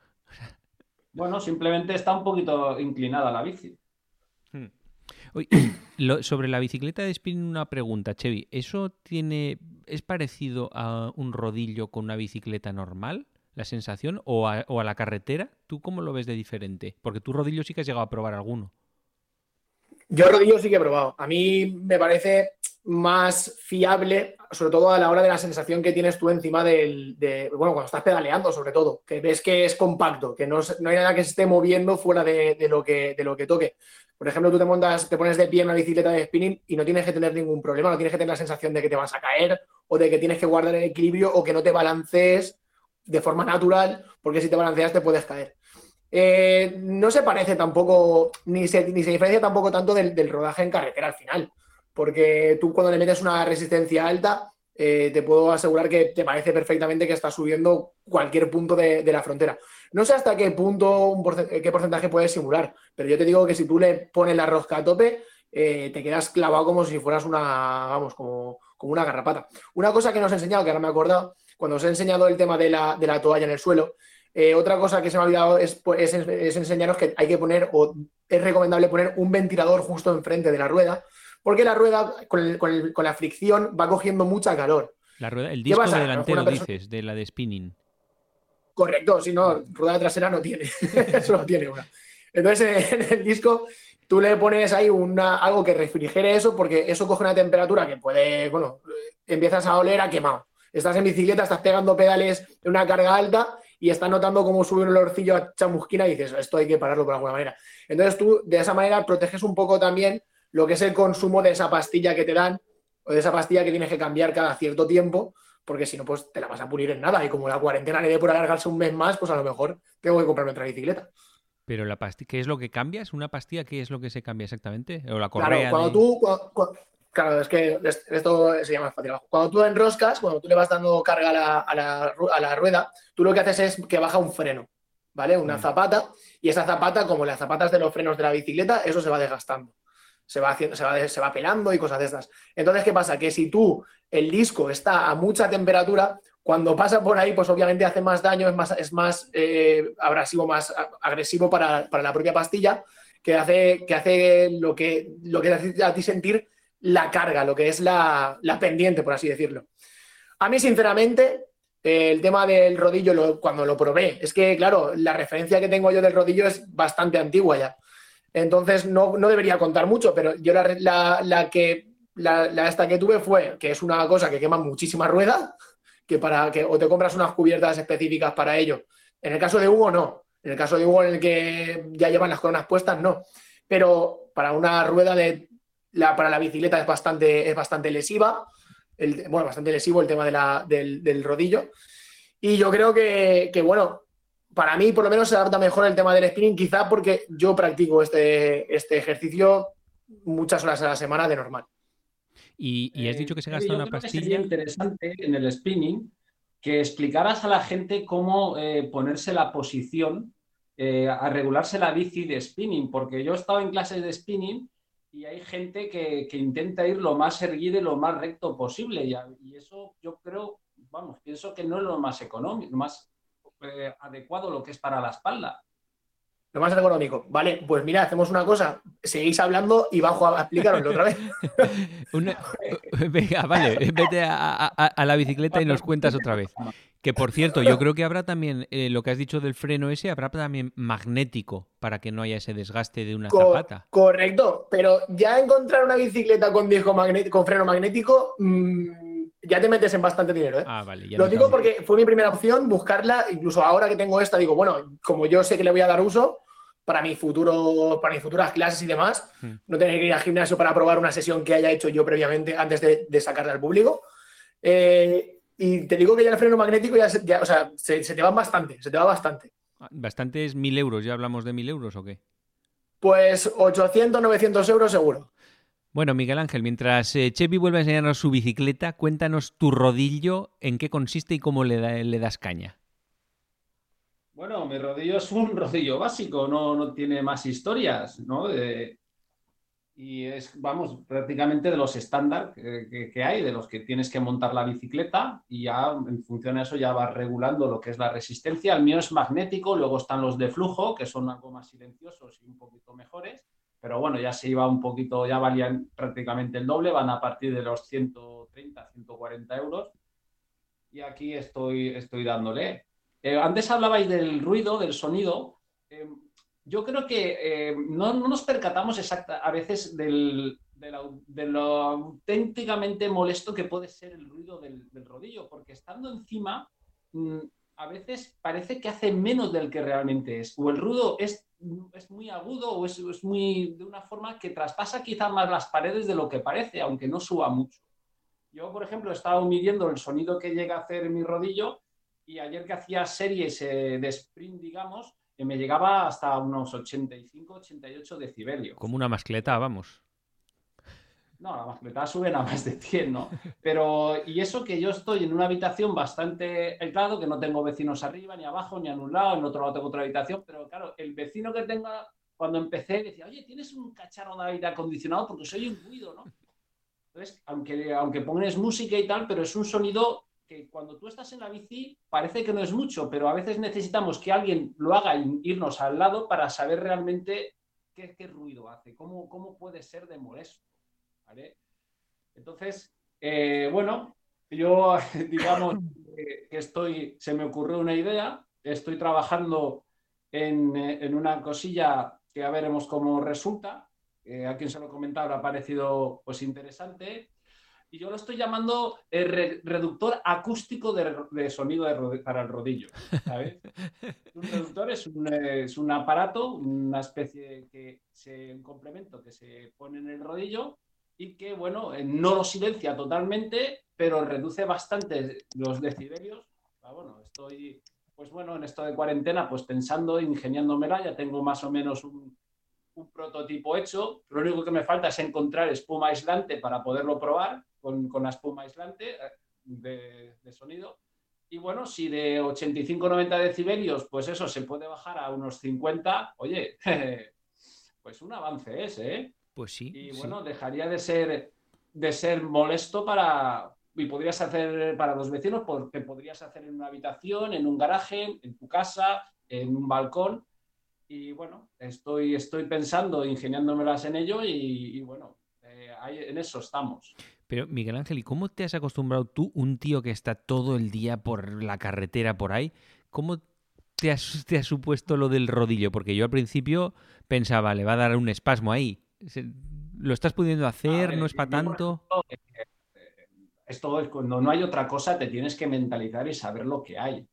Bueno, simplemente está un poquito inclinada la bici. Oye, sobre la bicicleta de spinning, una pregunta, Chevy. ¿Es parecido a un rodillo con una bicicleta normal, la sensación, o a la carretera? ¿Tú cómo lo ves de diferente? Porque tu rodillo sí que has llegado a probar alguno. Yo rodillo sí que he probado. A mí me parece más fiable, sobre todo a la hora de la sensación que tienes tú encima bueno, cuando estás pedaleando, sobre todo, que ves que es compacto, que no hay nada que se esté moviendo fuera de lo que toque. Por ejemplo, tú te pones de pie en una bicicleta de spinning y no tienes que tener ningún problema, no tienes que tener la sensación de que te vas a caer o de que tienes que guardar el equilibrio o que no te balancees de forma natural, porque si te balanceas te puedes caer. No se parece tampoco, ni se diferencia tampoco tanto del rodaje en carretera al final, porque tú cuando le metes una resistencia alta, te puedo asegurar que te parece perfectamente que estás subiendo cualquier punto de la frontera. No sé hasta qué punto, qué porcentaje puedes simular, pero yo te digo que si tú le pones la rosca a tope, te quedas clavado como si fueras como una garrapata. Una cosa que nos he enseñado, que ahora me he acordado, cuando os he enseñado el tema de la toalla en el suelo, otra cosa que se me ha olvidado es enseñaros que hay que poner, o es recomendable poner un ventilador justo enfrente de la rueda, porque la rueda con la fricción va cogiendo mucha calor. La rueda, el disco pasa? delantero, dices, de la de spinning. Correcto, si no, rueda trasera no tiene, solo tiene una. Entonces en el disco tú le pones ahí algo que refrigere eso, porque eso coge una temperatura que puede, bueno, empiezas a oler a quemado. Estás en bicicleta, estás pegando pedales en una carga alta y estás notando cómo sube un olorcillo a chamusquina y dices, esto hay que pararlo por alguna manera. Entonces tú de esa manera proteges un poco también lo que es el consumo de esa pastilla que te dan o de esa pastilla que tienes que cambiar cada cierto tiempo, porque si no, pues te la vas a pulir en nada. Y como la cuarentena le dé por alargarse un mes más, pues a lo mejor tengo que comprarme otra bicicleta. Pero la pastilla, ¿qué es lo que cambias? ¿Una pastilla qué es lo que se cambia exactamente? ¿O la correa? Claro, claro, es que esto se llama fácil. Cuando tú enroscas, cuando tú le vas dando carga a la rueda, tú lo que haces es que baja un freno, ¿vale? Una zapata, y esa zapata, como las zapatas de los frenos de la bicicleta, eso se va desgastando. Se va pelando y cosas de estas. Entonces, ¿qué pasa? Que si el disco está a mucha temperatura, cuando pasa por ahí, pues obviamente hace más daño, es más abrasivo, más agresivo para la propia pastilla, que hace lo que te hace a ti sentir la carga, lo que es la pendiente, por así decirlo. A mí, sinceramente, el tema del rodillo, cuando lo probé, es que, claro, la referencia que tengo yo del rodillo es bastante antigua ya. Entonces no debería contar mucho, pero yo esta que tuve fue que es una cosa que quema muchísima rueda, o te compras unas cubiertas específicas para ello. En el caso de Hugo, no. En el caso de Hugo, en el que ya llevan las coronas puestas, no. Pero para una rueda de para la bicicleta es bastante lesiva, bastante lesivo el tema del rodillo. Y yo creo que, bueno, para mí por lo menos se adapta mejor el tema del spinning, quizá porque yo practico este ejercicio muchas horas a la semana de normal. Y has dicho que se gasta yo una creo pastilla. Que sería interesante en el spinning que explicaras a la gente cómo ponerse la posición a regularse la bici de spinning, porque yo he estado en clases de spinning y hay gente que intenta ir lo más erguido y lo más recto posible, y eso yo creo, pienso que no es lo más económico, lo más adecuado lo que es para la espalda. Lo más económico. Vale, pues mira, hacemos una cosa. Seguís hablando y bajo a explicaroslo otra vez. Venga, vale, vete a la bicicleta y nos cuentas otra vez. Que por cierto, yo creo que habrá también, lo que has dicho del freno ese, habrá también magnético para que no haya ese desgaste de una zapata. Correcto, pero ya encontrar una bicicleta con freno magnético, ya te metes en bastante dinero, ¿eh? Vale. Lo digo porque fue mi primera opción buscarla, incluso ahora que tengo esta, digo, bueno, como yo sé que le voy a dar uso para mis futuras clases y demás, no tener que ir al gimnasio para probar una sesión que haya hecho yo previamente antes de sacarla al público. Y te digo que ya el freno magnético se te va bastante, ¿Bastante es 1.000 euros? ¿Ya hablamos de 1.000 euros o qué? Pues 800, 900 euros seguro. Bueno, Miguel Ángel, mientras Chepi vuelve a enseñarnos su bicicleta, cuéntanos tu rodillo, en qué consiste y cómo le das caña. Bueno, mi rodillo es un rodillo básico, no tiene más historias, ¿no? Y es, prácticamente de los estándar que hay, de los que tienes que montar la bicicleta, y ya en función de eso ya vas regulando lo que es la resistencia. El mío es magnético, luego están los de flujo, que son algo más silenciosos y un poquito mejores, pero bueno, ya se iba un poquito, ya valían prácticamente el doble, van a partir de los 130, 140 euros, y aquí estoy dándole. Antes hablabais del ruido, del sonido. Yo creo que no nos percatamos a veces de lo auténticamente molesto que puede ser el ruido del rodillo, porque estando encima, a veces parece que hace menos del que realmente es, o el ruido es muy agudo o es muy de una forma que traspasa quizá más las paredes de lo que parece, aunque no suba mucho. Yo, por ejemplo, he estado midiendo el sonido que llega a hacer mi rodillo, y ayer que hacía series de sprint, digamos, me llegaba hasta unos 85, 88 decibelios. Como una mascleta, vamos. No, la mascleta suben a más de 100, ¿no? Pero, y eso que yo estoy en una habitación bastante aislado, que no tengo vecinos arriba, ni abajo, ni en un lado, en otro lado tengo otra habitación, pero claro, el vecino que tenga, cuando empecé, decía, oye, ¿tienes un cacharro de aire acondicionado? Porque soy un ruido, ¿no? Entonces, aunque pones música y tal, pero es un sonido que cuando tú estás en la bici parece que no es mucho, pero a veces necesitamos que alguien lo haga e irnos al lado para saber realmente qué ruido hace, cómo puede ser de molesto, ¿vale? Entonces, bueno, yo digamos que se me ocurrió una idea, estoy trabajando en una cosilla que ya veremos cómo resulta, a quien se lo comentaba habrá parecido pues interesante. Y yo lo estoy llamando reductor acústico de sonido para el rodillo, ¿sabes? Un reductor es un aparato, una especie un complemento que se pone en el rodillo y que, bueno, no lo silencia totalmente, pero reduce bastante los decibelios. Bueno, estoy, pues bueno, en esto de cuarentena, pues pensando, ingeniándomela, ya tengo más o menos un prototipo hecho. Lo único que me falta es encontrar espuma aislante para poderlo probar con la espuma aislante de sonido. Y bueno, si de 85-90 decibelios, pues eso se puede bajar a unos 50, oye, pues un avance es, ¿eh? Pues sí. Y bueno, sí, dejaría de ser molesto y podrías hacer para los vecinos, porque podrías hacer en una habitación, en un garaje, en tu casa, en un balcón. Y bueno, estoy pensando, ingeniándomelas en ello y bueno, en eso estamos. Pero Miguel Ángel, ¿y cómo te has acostumbrado tú, un tío que está todo el día por la carretera por ahí, cómo te ha supuesto lo del rodillo? Porque yo al principio pensaba, le va a dar un espasmo ahí. ¿Lo estás pudiendo hacer? ¿No es para tanto? Esto es cuando no hay otra cosa, te tienes que mentalizar y saber lo que hay.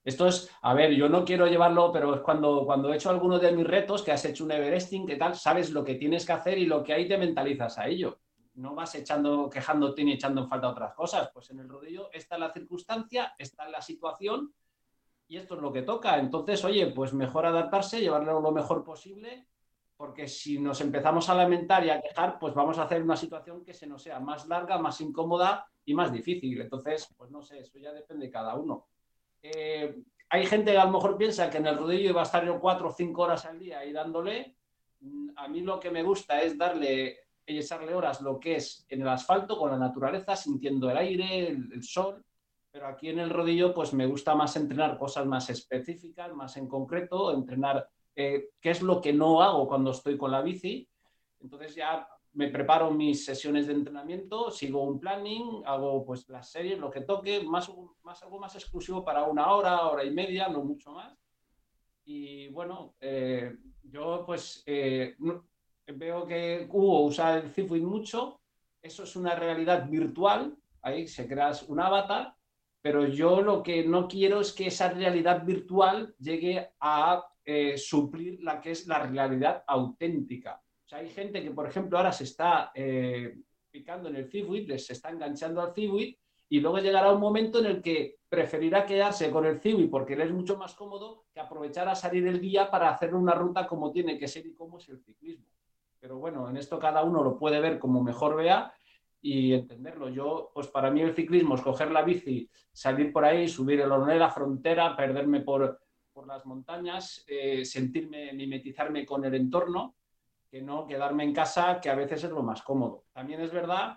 Esto es, a ver, yo no quiero llevarlo, pero es cuando he hecho alguno de mis retos, que has hecho un Everesting, que tal, sabes lo que tienes que hacer y lo que hay te mentalizas a ello. No vas quejándote ni echando en falta otras cosas. Pues en el rodillo esta es la circunstancia, esta es la situación y esto es lo que toca. Entonces, oye, pues mejor adaptarse, llevarlo lo mejor posible, porque si nos empezamos a lamentar y a quejar, pues vamos a hacer una situación que se nos sea más larga, más incómoda y más difícil. Entonces, pues no sé, eso ya depende de cada uno. Hay gente que a lo mejor piensa que en el rodillo iba a estar yo 4 o 5 horas al día y dándole. A mí lo que me gusta es echarle horas lo que es en el asfalto, con la naturaleza, sintiendo el aire, el sol, pero aquí en el rodillo pues me gusta más entrenar cosas más específicas, más en concreto, entrenar qué es lo que no hago cuando estoy con la bici. Entonces ya me preparo mis sesiones de entrenamiento, sigo un planning, hago pues las series, lo que toque, algo más exclusivo para 1 hora, hora y media, no mucho más. Y bueno, yo pues veo que Hugo usa el Zwift mucho, eso es una realidad virtual, ahí se crea un avatar, pero yo lo que no quiero es que esa realidad virtual llegue a suplir la que es la realidad auténtica. O sea, hay gente que, por ejemplo, ahora se está picando en el Zwift, se está enganchando al Zwift y luego llegará un momento en el que preferirá quedarse con el Zwift porque le es mucho más cómodo que aprovechar a salir el día para hacer una ruta como tiene que ser y como es el ciclismo. Pero bueno, en esto cada uno lo puede ver como mejor vea y entenderlo. Yo, pues para mí el ciclismo es coger la bici, salir por ahí, subir el Oronet, la frontera, perderme por las montañas, sentirme, mimetizarme con el entorno, que no quedarme en casa, que a veces es lo más cómodo. También es verdad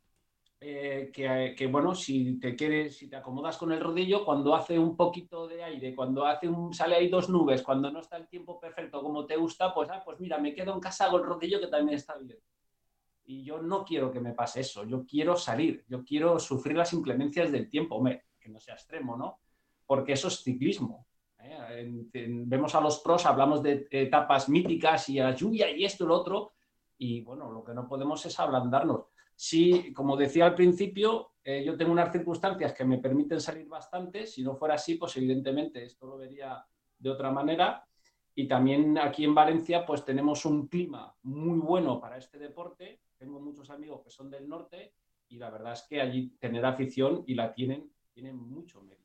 que bueno, si te acomodas con el rodillo, cuando hace un poquito de aire, cuando sale ahí 2 nubes, cuando no está el tiempo perfecto como te gusta, pues mira, me quedo en casa, hago el rodillo que también está bien. Y yo no quiero que me pase eso, yo quiero salir, yo quiero sufrir las inclemencias del tiempo, que no sea extremo, ¿no? Porque eso es ciclismo. Vemos a los pros, hablamos de etapas míticas y a lluvia y esto y lo otro, y bueno, lo que no podemos es ablandarnos. Sí, como decía al principio, yo tengo unas circunstancias que me permiten salir bastante. Si no fuera así, pues evidentemente esto lo vería de otra manera. Y también aquí en Valencia, pues tenemos un clima muy bueno para este deporte. Tengo muchos amigos que son del norte y la verdad es que allí tener afición y la tienen mucho mérito.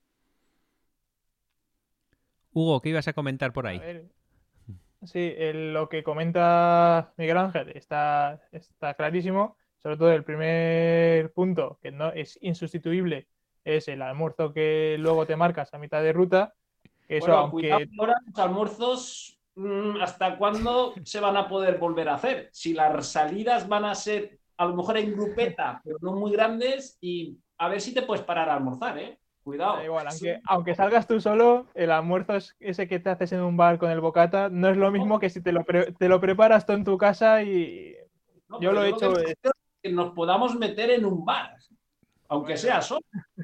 Hugo, ¿qué ibas a comentar por ahí? A ver, sí, lo que comenta Miguel Ángel está clarísimo. Sobre todo el primer punto, que no es insustituible, es el almuerzo que luego te marcas a mitad de ruta. Eso, Bueno, aunque... cuidado ahora los almuerzos, ¿hasta cuándo se van a poder volver a hacer? Si las salidas van a ser a lo mejor en grupeta, pero no muy grandes, y a ver si te puedes parar a almorzar, ¿eh? Cuidado. Da igual, aunque salgas tú solo, el almuerzo es ese que te haces en un bar con el bocata, no es lo mismo que si te lo preparas tú en tu casa y No, yo lo he hecho. Que nos podamos meter en un bar, aunque sea solo.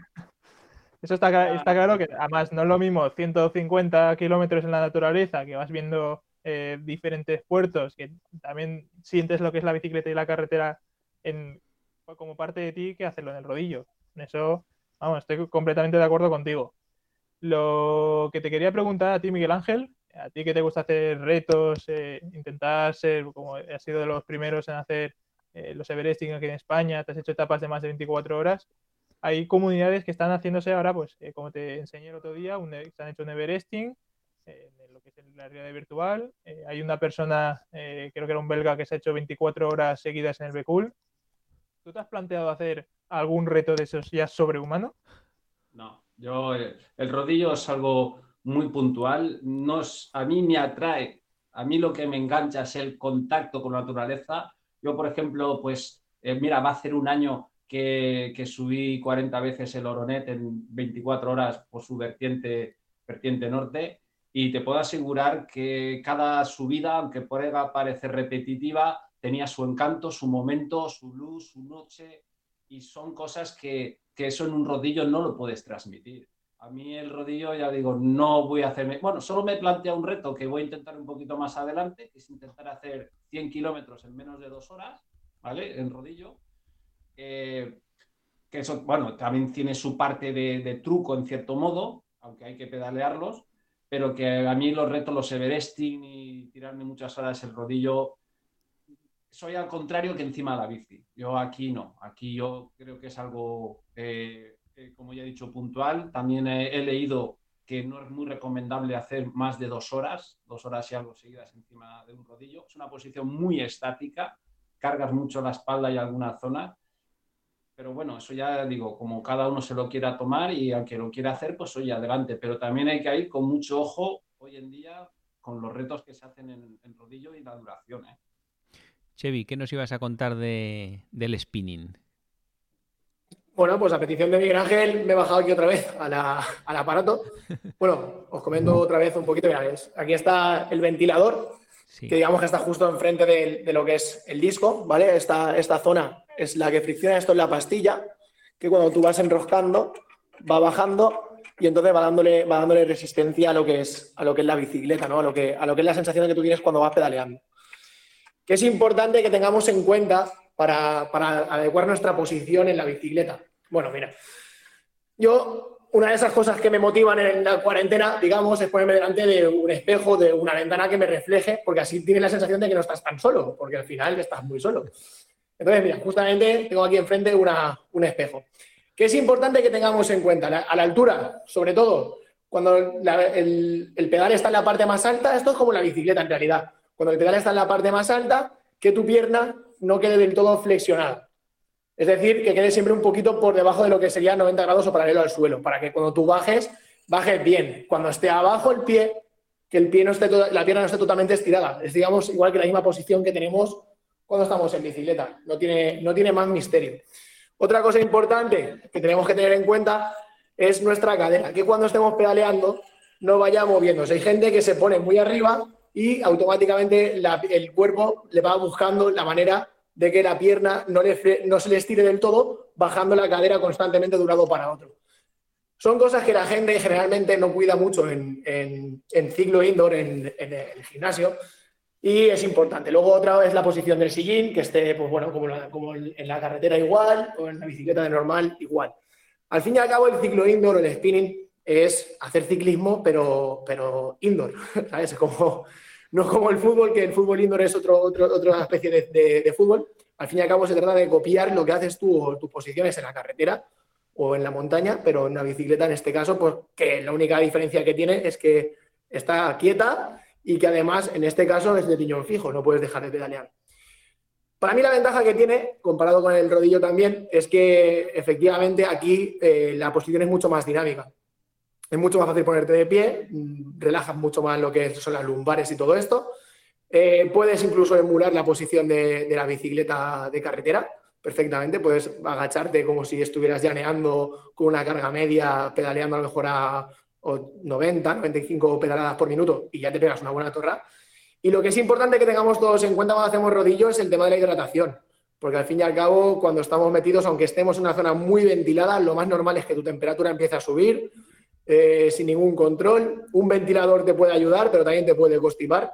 Eso está claro, que además no es lo mismo 150 kilómetros en la naturaleza, que vas viendo diferentes puertos, que también sientes lo que es la bicicleta y la carretera como parte de ti, que hacerlo en el rodillo. En eso, vamos, estoy completamente de acuerdo contigo. Lo que te quería preguntar a ti, Miguel Ángel, a ti que te gusta hacer retos, intentar ser, como has sido de los primeros en hacer los Everesting aquí en España, te has hecho etapas de más de 24 horas. Hay comunidades que están haciéndose ahora, pues, como te enseñé el otro día, se han hecho un Everesting, en lo que es la realidad virtual. Hay una persona, creo que era un belga, que se ha hecho 24 horas seguidas en el Bekul. ¿Tú te has planteado hacer algún reto de esos ya sobrehumano? No, el rodillo es algo muy puntual. A mí me atrae, a mí lo que me engancha es el contacto con la naturaleza. Yo, por ejemplo, pues, mira, va a hacer un año que subí 40 veces el Oronet en 24 horas por su vertiente norte, y te puedo asegurar que cada subida, aunque pueda parecer repetitiva, tenía su encanto, su momento, su luz, su noche, y son cosas que eso en un rodillo no lo puedes transmitir. A mí el rodillo, ya digo, no voy a hacerme... Bueno, solo me plantea un reto que voy a intentar un poquito más adelante, que es intentar hacer 100 kilómetros en menos de 2 horas, ¿vale? En rodillo. Que eso, bueno, también tiene su parte de truco en cierto modo, aunque hay que pedalearlos, pero que a mí los retos, los everesting y tirarme muchas horas el rodillo, soy al contrario que encima de la bici. Yo aquí no, aquí yo creo que es algo, como ya he dicho, puntual. También he leído que no es muy recomendable hacer más de 2 horas y algo seguidas encima de un rodillo. Es una posición muy estática, cargas mucho la espalda y alguna zona. Pero bueno, eso ya digo, como cada uno se lo quiera tomar y aunque lo quiera hacer, pues oye, adelante. Pero también hay que ir con mucho ojo hoy en día con los retos que se hacen en rodillo y la duración, ¿eh? Chevy, ¿qué nos ibas a contar del spinning? Bueno, pues a petición de Miguel Ángel me he bajado aquí otra vez al aparato. Bueno, os comento otra vez un poquito. Mirad, aquí está el ventilador, Sí. que digamos que está justo enfrente de lo que es el disco, ¿vale? Esta zona es la que fricciona, esto es la pastilla, que cuando tú vas enroscando va bajando y entonces va dándole resistencia a lo que es la bicicleta, ¿no? A lo que es la sensación que tú tienes cuando vas pedaleando. Que es importante que tengamos en cuenta para adecuar nuestra posición en la bicicleta. Bueno, mira, una de esas cosas que me motivan en la cuarentena, digamos, es ponerme delante de un espejo, de una ventana que me refleje, porque así tienes la sensación de que no estás tan solo, porque al final estás muy solo. Entonces, mira, justamente tengo aquí enfrente un espejo. ¿Qué es importante que tengamos en cuenta? A la altura, sobre todo, cuando el pedal está en la parte más alta, esto es como la bicicleta en realidad. Cuando el pedal está en la parte más alta, que tu pierna no quede del todo flexionada. Es decir, que quede siempre un poquito por debajo de lo que sería 90 grados o paralelo al suelo, para que cuando tú bajes bien. Cuando esté abajo el pie, que la pierna no esté totalmente estirada. Es, digamos, igual que la misma posición que tenemos cuando estamos en bicicleta. No tiene más misterio. Otra cosa importante que tenemos que tener en cuenta es nuestra cadera, que cuando estemos pedaleando no vaya moviéndose. Hay gente que se pone muy arriba y automáticamente el cuerpo le va buscando la manera de que la pierna no se le estire del todo, bajando la cadera constantemente de un lado para otro. Son cosas que la gente generalmente no cuida mucho en ciclo indoor, en el gimnasio, y es importante. Luego otra es la posición del sillín, que esté, pues bueno, como en la carretera igual, o en la bicicleta de normal igual. Al fin y al cabo, el ciclo indoor o el spinning es hacer ciclismo, pero indoor, ¿sabes? No como el fútbol, que el fútbol indoor es otra especie de fútbol. Al fin y al cabo se trata de copiar lo que haces tú o tus posiciones en la carretera o en la montaña, pero en la bicicleta en este caso, pues que la única diferencia que tiene es que está quieta y que además en este caso es de piñón fijo, no puedes dejar de pedalear. Para mí la ventaja que tiene, comparado con el rodillo también, es que efectivamente aquí la posición es mucho más dinámica. Es mucho más fácil ponerte de pie, relajas mucho más lo que son las lumbares y todo esto. Puedes incluso emular la posición de la bicicleta de carretera perfectamente. Puedes agacharte como si estuvieras llaneando con una carga media, pedaleando a lo mejor a 90, 95 pedaladas por minuto y ya te pegas una buena torra. Y lo que es importante que tengamos todos en cuenta cuando hacemos rodillo es el tema de la hidratación. Porque al fin y al cabo, cuando estamos metidos, aunque estemos en una zona muy ventilada, lo más normal es que tu temperatura empiece a subir sin ningún control. Un ventilador te puede ayudar, pero también te puede constipar.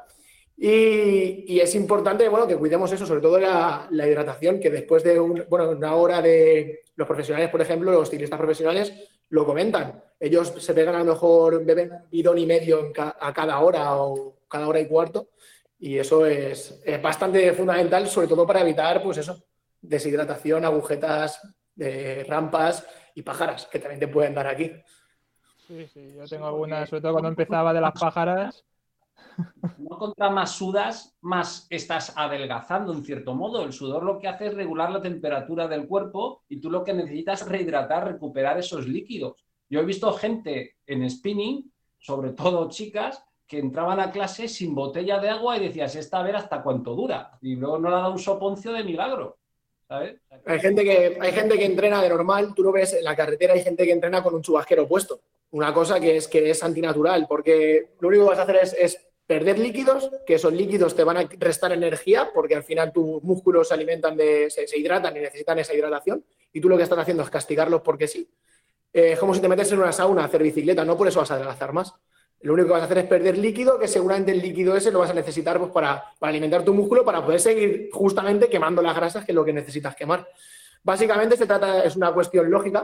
Y es importante, bueno, que cuidemos eso, sobre todo la hidratación, que después de una hora de los profesionales, por ejemplo, los ciclistas profesionales lo comentan. Ellos se pegan a lo mejor, beben bidón y medio a cada hora o cada hora y cuarto. Y eso es bastante fundamental, sobre todo para evitar, pues eso, deshidratación, agujetas, rampas y pájaras, que también te pueden dar aquí. Sí, yo tengo algunas, sobre todo cuando empezaba de las pájaras. No contra más sudas, más estás adelgazando en cierto modo. El sudor lo que hace es regular la temperatura del cuerpo y tú lo que necesitas es rehidratar, recuperar esos líquidos. Yo he visto gente en spinning, sobre todo chicas, que entraban a clase sin botella de agua y decías, esta a ver hasta cuánto dura. Y luego no le ha dado un soponcio de milagro, ¿sabes? Hay gente que entrena de normal, tú lo ves en la carretera, hay gente que entrena con un chubasquero puesto. Una cosa que es antinatural, porque lo único que vas a hacer es perder líquidos, que esos líquidos te van a restar energía, porque al final tus músculos se hidratan y necesitan esa hidratación, y tú lo que estás haciendo es castigarlos porque sí. Es como si te metes en una sauna a hacer bicicleta, no por eso vas a adelgazar más. Lo único que vas a hacer es perder líquido, que seguramente el líquido ese lo vas a necesitar pues, para alimentar tu músculo, para poder seguir justamente quemando las grasas, que es lo que necesitas quemar. Básicamente es una cuestión lógica.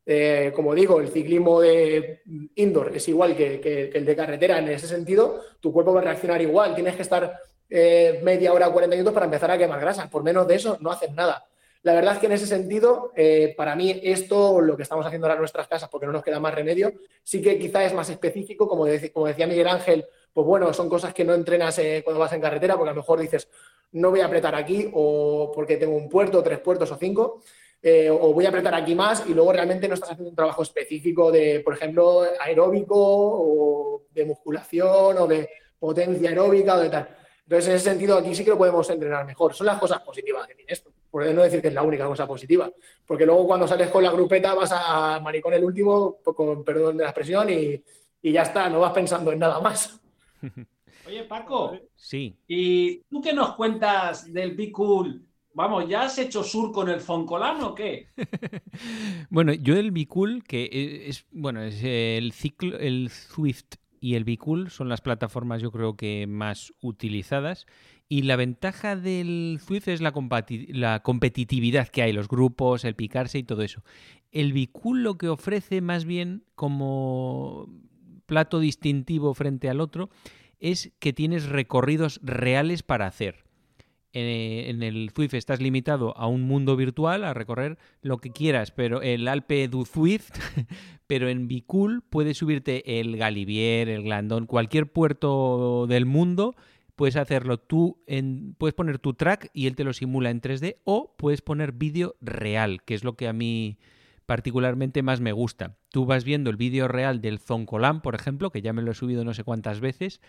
Como digo, el ciclismo de indoor es igual que el de carretera en ese sentido, tu cuerpo va a reaccionar igual, tienes que estar media hora, 40 minutos para empezar a quemar grasa, por menos de eso no haces nada. La verdad es que en ese sentido, para mí esto, lo que estamos haciendo ahora en nuestras casas, porque no nos queda más remedio, sí que quizá es más específico, como decía Miguel Ángel, pues bueno, son cosas que no entrenas cuando vas en carretera, porque a lo mejor dices, no voy a apretar aquí, o porque tengo un puerto, 3 puertos o 5, o voy a apretar aquí más, y luego realmente no estás haciendo un trabajo específico de, por ejemplo, aeróbico, o de musculación, o de potencia aeróbica, o de tal. Entonces, en ese sentido, aquí sí que lo podemos entrenar mejor. Son las cosas positivas que tiene esto. Por no decir que es la única cosa positiva. Porque luego cuando sales con la grupeta vas a maricón el último, con perdón de la expresión, y ya está, no vas pensando en nada más. Oye, Paco. Sí. ¿Y tú qué nos cuentas del Be Cool? Vamos, ¿ya has hecho sur con el Zoncolan o qué? Bueno, yo el Be Cool, que es el ciclo, el Zwift y el Be Cool son las plataformas yo creo que más utilizadas. Y la ventaja del Zwift es la competitividad que hay, los grupos, el picarse y todo eso. El Be Cool lo que ofrece más bien como plato distintivo frente al otro es que tienes recorridos reales para hacer. En el Zwift estás limitado a un mundo virtual, a recorrer lo que quieras, pero el Alpe du Zwift, pero en Be Cool puedes subirte el Galibier, el Glandón, cualquier puerto del mundo, puedes hacerlo tú, puedes poner tu track y él te lo simula en 3D, o puedes poner vídeo real, que es lo que a mí particularmente más me gusta. Tú vas viendo el vídeo real del Zoncolan, por ejemplo, que ya me lo he subido no sé cuántas veces,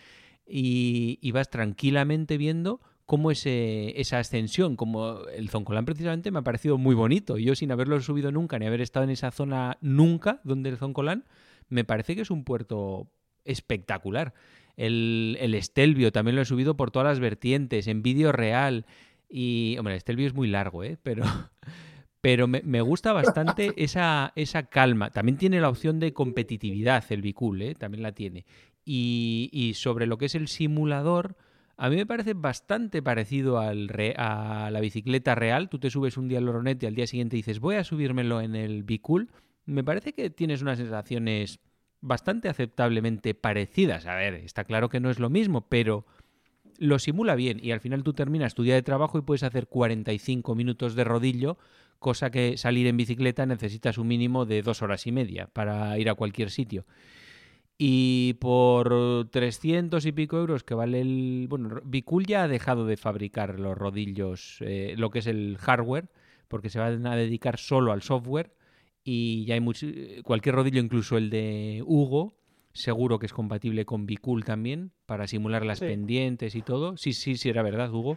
y vas tranquilamente viendo cómo esa ascensión, como el Zoncolan precisamente me ha parecido muy bonito. Yo sin haberlo subido nunca, ni haber estado en esa zona nunca, donde el Zoncolan, me parece que es un puerto espectacular. El Stelvio también lo he subido por todas las vertientes, en vídeo real. Y, hombre, el Stelvio es muy largo, pero me gusta bastante esa calma. También tiene la opción de competitividad, el Be Cool, también la tiene. Y sobre lo que es el simulador, a mí me parece bastante parecido a la bicicleta real. Tú te subes un día al Oronet y al día siguiente dices, voy a subírmelo en el Be Cool. Me parece que tienes unas sensaciones bastante aceptablemente parecidas. A ver, está claro que no es lo mismo, pero lo simula bien y al final tú terminas tu día de trabajo y puedes hacer 45 minutos de rodillo, cosa que salir en bicicleta necesitas un mínimo de 2 horas y media para ir a cualquier sitio. Y por 300 y pico euros que vale el... Bueno, Be Cool ya ha dejado de fabricar los rodillos, lo que es el hardware, porque se van a dedicar solo al software y ya hay cualquier rodillo, incluso el de Hugo, seguro que es compatible con Be Cool también, para simular las pendientes y todo. Sí, era verdad, Hugo.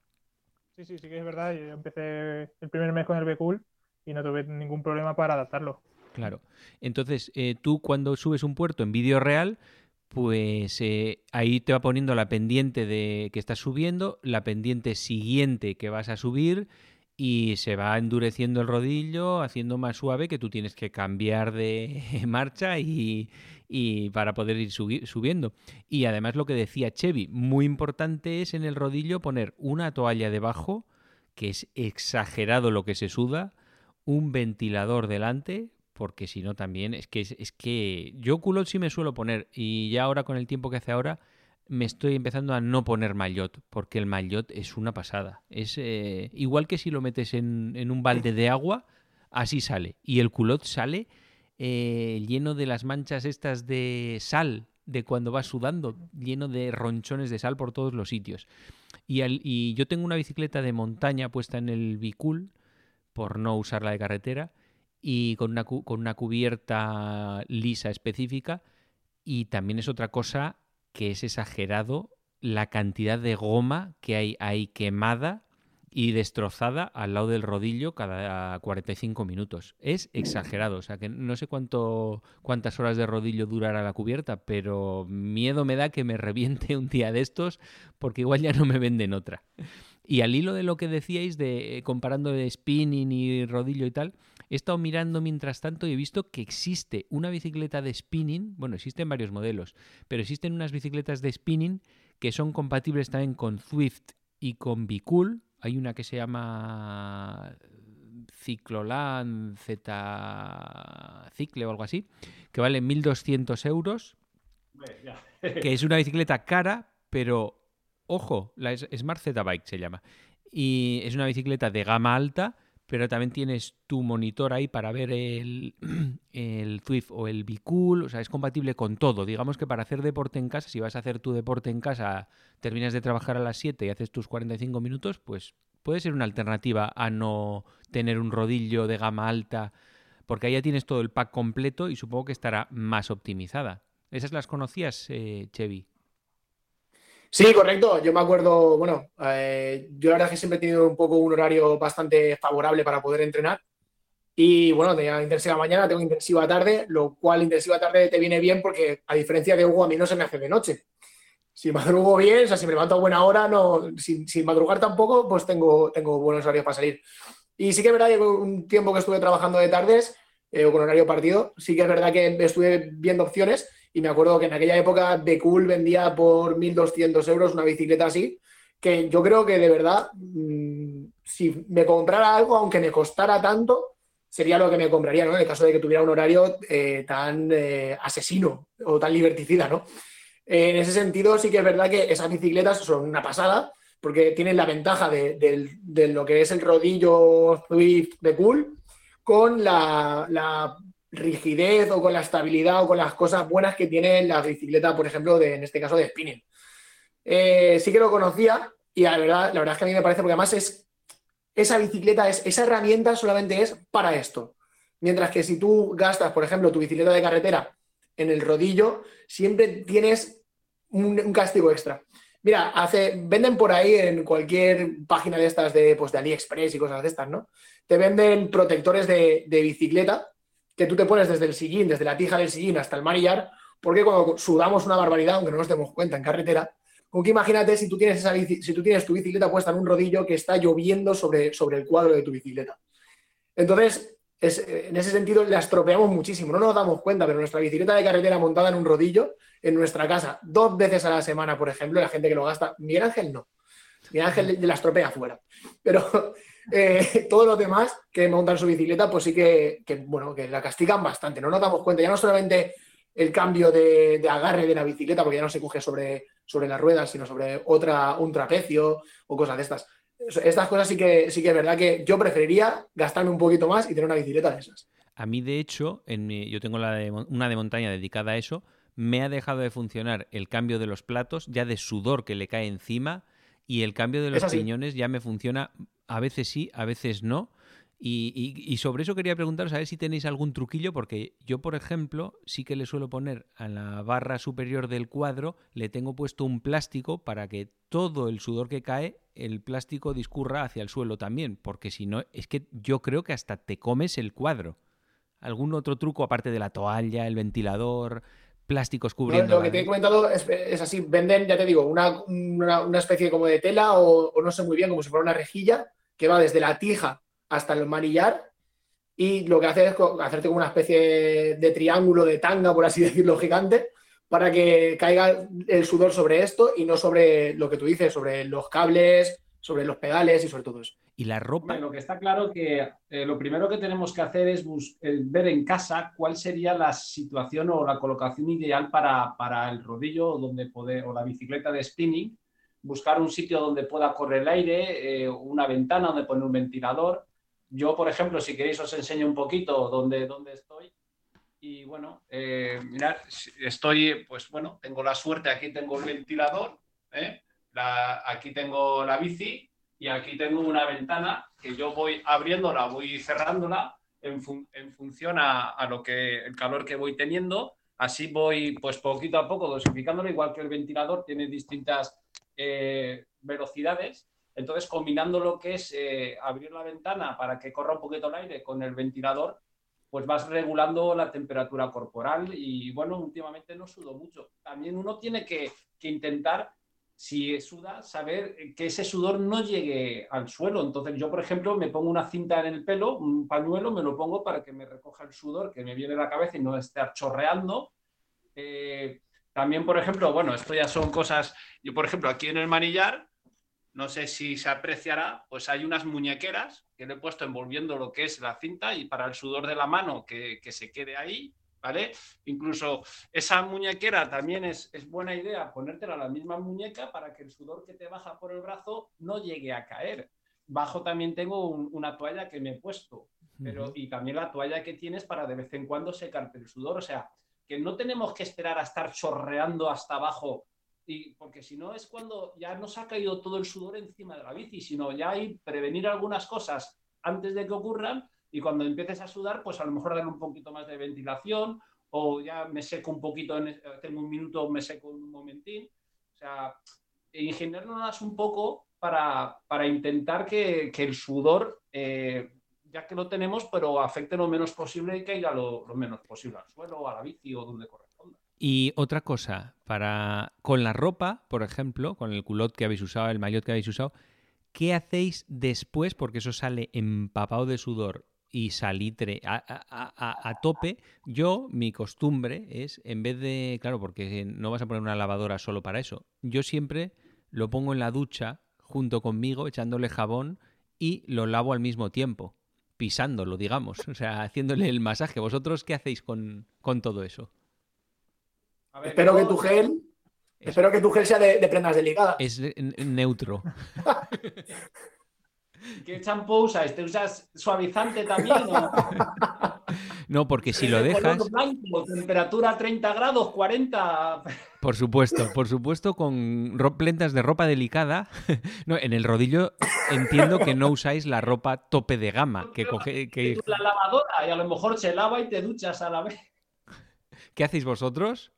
Sí que es verdad. Yo empecé el primer mes con el Be Cool y no tuve ningún problema para adaptarlo. Claro. Entonces, tú cuando subes un puerto en vídeo real, pues ahí te va poniendo la pendiente de que estás subiendo, la pendiente siguiente que vas a subir, y se va endureciendo el rodillo, haciendo más suave, que tú tienes que cambiar de marcha y para poder ir subiendo. Y además lo que decía Chevy, muy importante es en el rodillo poner una toalla debajo, que es exagerado lo que se suda, un ventilador delante, porque si no también es que yo culot sí me suelo poner, y ya ahora con el tiempo que hace ahora me estoy empezando a no poner maillot, porque el maillot es una pasada. Es igual que si lo metes en un balde de agua, así sale. Y el culot sale lleno de las manchas estas de sal, de cuando vas sudando, lleno de ronchones de sal por todos los sitios. Y yo tengo una bicicleta de montaña puesta en el Be Cool, por no usarla de carretera, y con una cubierta lisa específica, y también es otra cosa que es exagerado la cantidad de goma que hay ahí quemada y destrozada al lado del rodillo cada 45 minutos. Es exagerado, o sea que no sé cuántas horas de rodillo durará la cubierta, pero miedo me da que me reviente un día de estos, porque igual ya no me venden otra. Y al hilo de lo que decíais, de comparando de spinning y rodillo y tal, he estado mirando mientras tanto y he visto que existe una bicicleta de spinning, bueno, existen varios modelos, pero existen unas bicicletas de spinning que son compatibles también con Zwift y con Be Cool. Hay una que se llama Ciclolan Z Cicle o algo así, que vale 1.200 euros, que es una bicicleta cara, pero ojo, la Smart Z Bike se llama. Y es una bicicleta de gama alta, pero también tienes tu monitor ahí para ver el Zwift o el Bicool, o sea, es compatible con todo. Digamos que para hacer deporte en casa, si vas a hacer tu deporte en casa, terminas de trabajar a las 7 y haces tus 45 minutos, pues puede ser una alternativa a no tener un rodillo de gama alta, porque ahí ya tienes todo el pack completo y supongo que estará más optimizada. ¿Esas las conocías, Chevy? Sí, correcto. Yo me acuerdo, bueno, yo la verdad es que siempre he tenido un poco un horario bastante favorable para poder entrenar. Y bueno, tenía intensiva mañana, tengo intensiva tarde, lo cual intensiva tarde te viene bien porque a diferencia de Hugo, a mí no se me hace de noche. Si madrugo bien, o sea, si me levanto a buena hora, no, sin madrugar tampoco, pues tengo buenos horarios para salir. Y sí que es verdad que un tiempo que estuve trabajando de tardes o con horario partido, sí que es verdad que estuve viendo opciones y me acuerdo que en aquella época Becool vendía por 1.200 euros una bicicleta así, que yo creo que de verdad, si me comprara algo, aunque me costara tanto, sería lo que me compraría, ¿no? En el caso de que tuviera un horario tan asesino o tan liberticida, ¿no? En ese sentido, sí que es verdad que esas bicicletas son una pasada, porque tienen la ventaja de lo que es el rodillo Zwift Becool con la rigidez o con la estabilidad o con las cosas buenas que tiene la bicicleta, por ejemplo, en este caso de spinning. Sí que lo conocía y la verdad es que a mí me parece, porque además esa bicicleta, esa herramienta solamente es para esto. Mientras que si tú gastas, por ejemplo, tu bicicleta de carretera en el rodillo, siempre tienes un castigo extra. Mira, venden por ahí en cualquier página de estas de AliExpress y cosas de estas, ¿no? Te venden protectores de bicicleta que tú te pones desde el sillín, desde la tija del sillín hasta el manillar, porque cuando sudamos una barbaridad, aunque no nos demos cuenta en carretera, como que imagínate si tú tienes tu bicicleta puesta en un rodillo que está lloviendo sobre el cuadro de tu bicicleta. Entonces, en ese sentido la estropeamos muchísimo, no nos damos cuenta, pero nuestra bicicleta de carretera montada en un rodillo, en nuestra casa, 2 veces a la semana, por ejemplo, la gente que lo gasta, Miguel Ángel no. Miguel Ángel la estropea afuera. Pero todos los demás que montan su bicicleta, pues sí que la castigan bastante. No nos damos cuenta, ya no solamente el cambio de agarre de la bicicleta, porque ya no se coge sobre las ruedas, sino sobre un trapecio o cosas de estas. Estas cosas sí que es verdad que yo preferiría gastarme un poquito más y tener una bicicleta de esas. A mí, de hecho, yo tengo una de montaña dedicada a eso, me ha dejado de funcionar el cambio de los platos, ya de sudor que le cae encima, y el cambio de los piñones ya me funciona, a veces sí, a veces no. Y sobre eso quería preguntaros a ver si tenéis algún truquillo, porque yo, por ejemplo, sí que le suelo poner a la barra superior del cuadro, le tengo puesto un plástico para que todo el sudor que cae, el plástico discurra hacia el suelo también, porque si no, es que yo creo que hasta te comes el cuadro. ¿Algún otro truco aparte de la toalla, el ventilador, plásticos cubriendo? Lo que te he comentado es así, venden, ya te digo, una especie como de tela o no sé muy bien, como si fuera una rejilla, que va desde la tija hasta el manillar, y lo que hace es hacerte como una especie de triángulo de tanga, por así decirlo, gigante, para que caiga el sudor sobre esto y no sobre lo que tú dices, sobre los cables, sobre los pedales y sobre todo eso. ¿Y la ropa? Bueno, lo que está claro que lo primero que tenemos que hacer es ver en casa cuál sería la situación o la colocación ideal para el rodillo o la bicicleta de spinning, buscar un sitio donde pueda correr el aire, una ventana donde poner un ventilador. Yo, por ejemplo, si queréis os enseño un poquito dónde estoy. Y bueno, mirad, tengo la suerte, aquí tengo el ventilador, aquí tengo la bici y aquí tengo una ventana que yo voy abriéndola, voy cerrándola en función a el calor que voy teniendo. Así voy pues poquito a poco dosificándolo, igual que el ventilador tiene distintas velocidades. Entonces, combinando lo que es abrir la ventana para que corra un poquito el aire con el ventilador, pues vas regulando la temperatura corporal y, bueno, últimamente no sudo mucho. También uno tiene que intentar, si suda, saber que ese sudor no llegue al suelo. Entonces, yo, por ejemplo, me pongo una cinta en el pelo, un pañuelo, me lo pongo para que me recoja el sudor que me viene a la cabeza y no esté chorreando. También, por ejemplo, bueno, esto ya son cosas... Yo, por ejemplo, aquí en el manillar, no sé si se apreciará, pues hay unas muñequeras que le he puesto envolviendo lo que es la cinta y para el sudor de la mano que se quede ahí, ¿vale? Incluso esa muñequera también es buena idea ponértela a la misma muñeca para que el sudor que te baja por el brazo no llegue a caer. Bajo también tengo una toalla que me he puesto, y también la toalla que tienes para de vez en cuando secarte el sudor. O sea, que no tenemos que esperar a estar chorreando hasta abajo, porque si no es cuando ya nos ha caído todo el sudor encima de la bici, sino ya hay prevenir algunas cosas antes de que ocurran, y cuando empieces a sudar, pues a lo mejor darle un poquito más de ventilación, o ya me seco un poquito, tengo un minuto, me seco un momentín. O sea, ingeniárnoslas un poco para intentar que el sudor, ya que lo tenemos, pero afecte lo menos posible y caiga lo menos posible al suelo, a la bici o donde corresponda. Y otra cosa, con la ropa, por ejemplo, con el culot que habéis usado, el maillot que habéis usado, ¿qué hacéis después? Porque eso sale empapado de sudor y salitre a tope. Mi costumbre es, en vez de, claro, porque no vas a poner una lavadora solo para eso, yo siempre lo pongo en la ducha junto conmigo, echándole jabón, y lo lavo al mismo tiempo, pisándolo, digamos, o sea, haciéndole el masaje. ¿Vosotros qué hacéis con todo eso? A ver, Espero que tu gel sea de prendas delicadas. Es neutro. ¿Qué champú usas? ¿Te usas suavizante también? ¿O? No, porque si lo ¿De dejas... color blanco, temperatura 30 grados, 40? Por supuesto, con prendas de ropa delicada. No, en el rodillo entiendo que no usáis la ropa tope de gama. La lavadora, y a lo mejor se lava y te duchas a la vez. ¿Qué hacéis vosotros?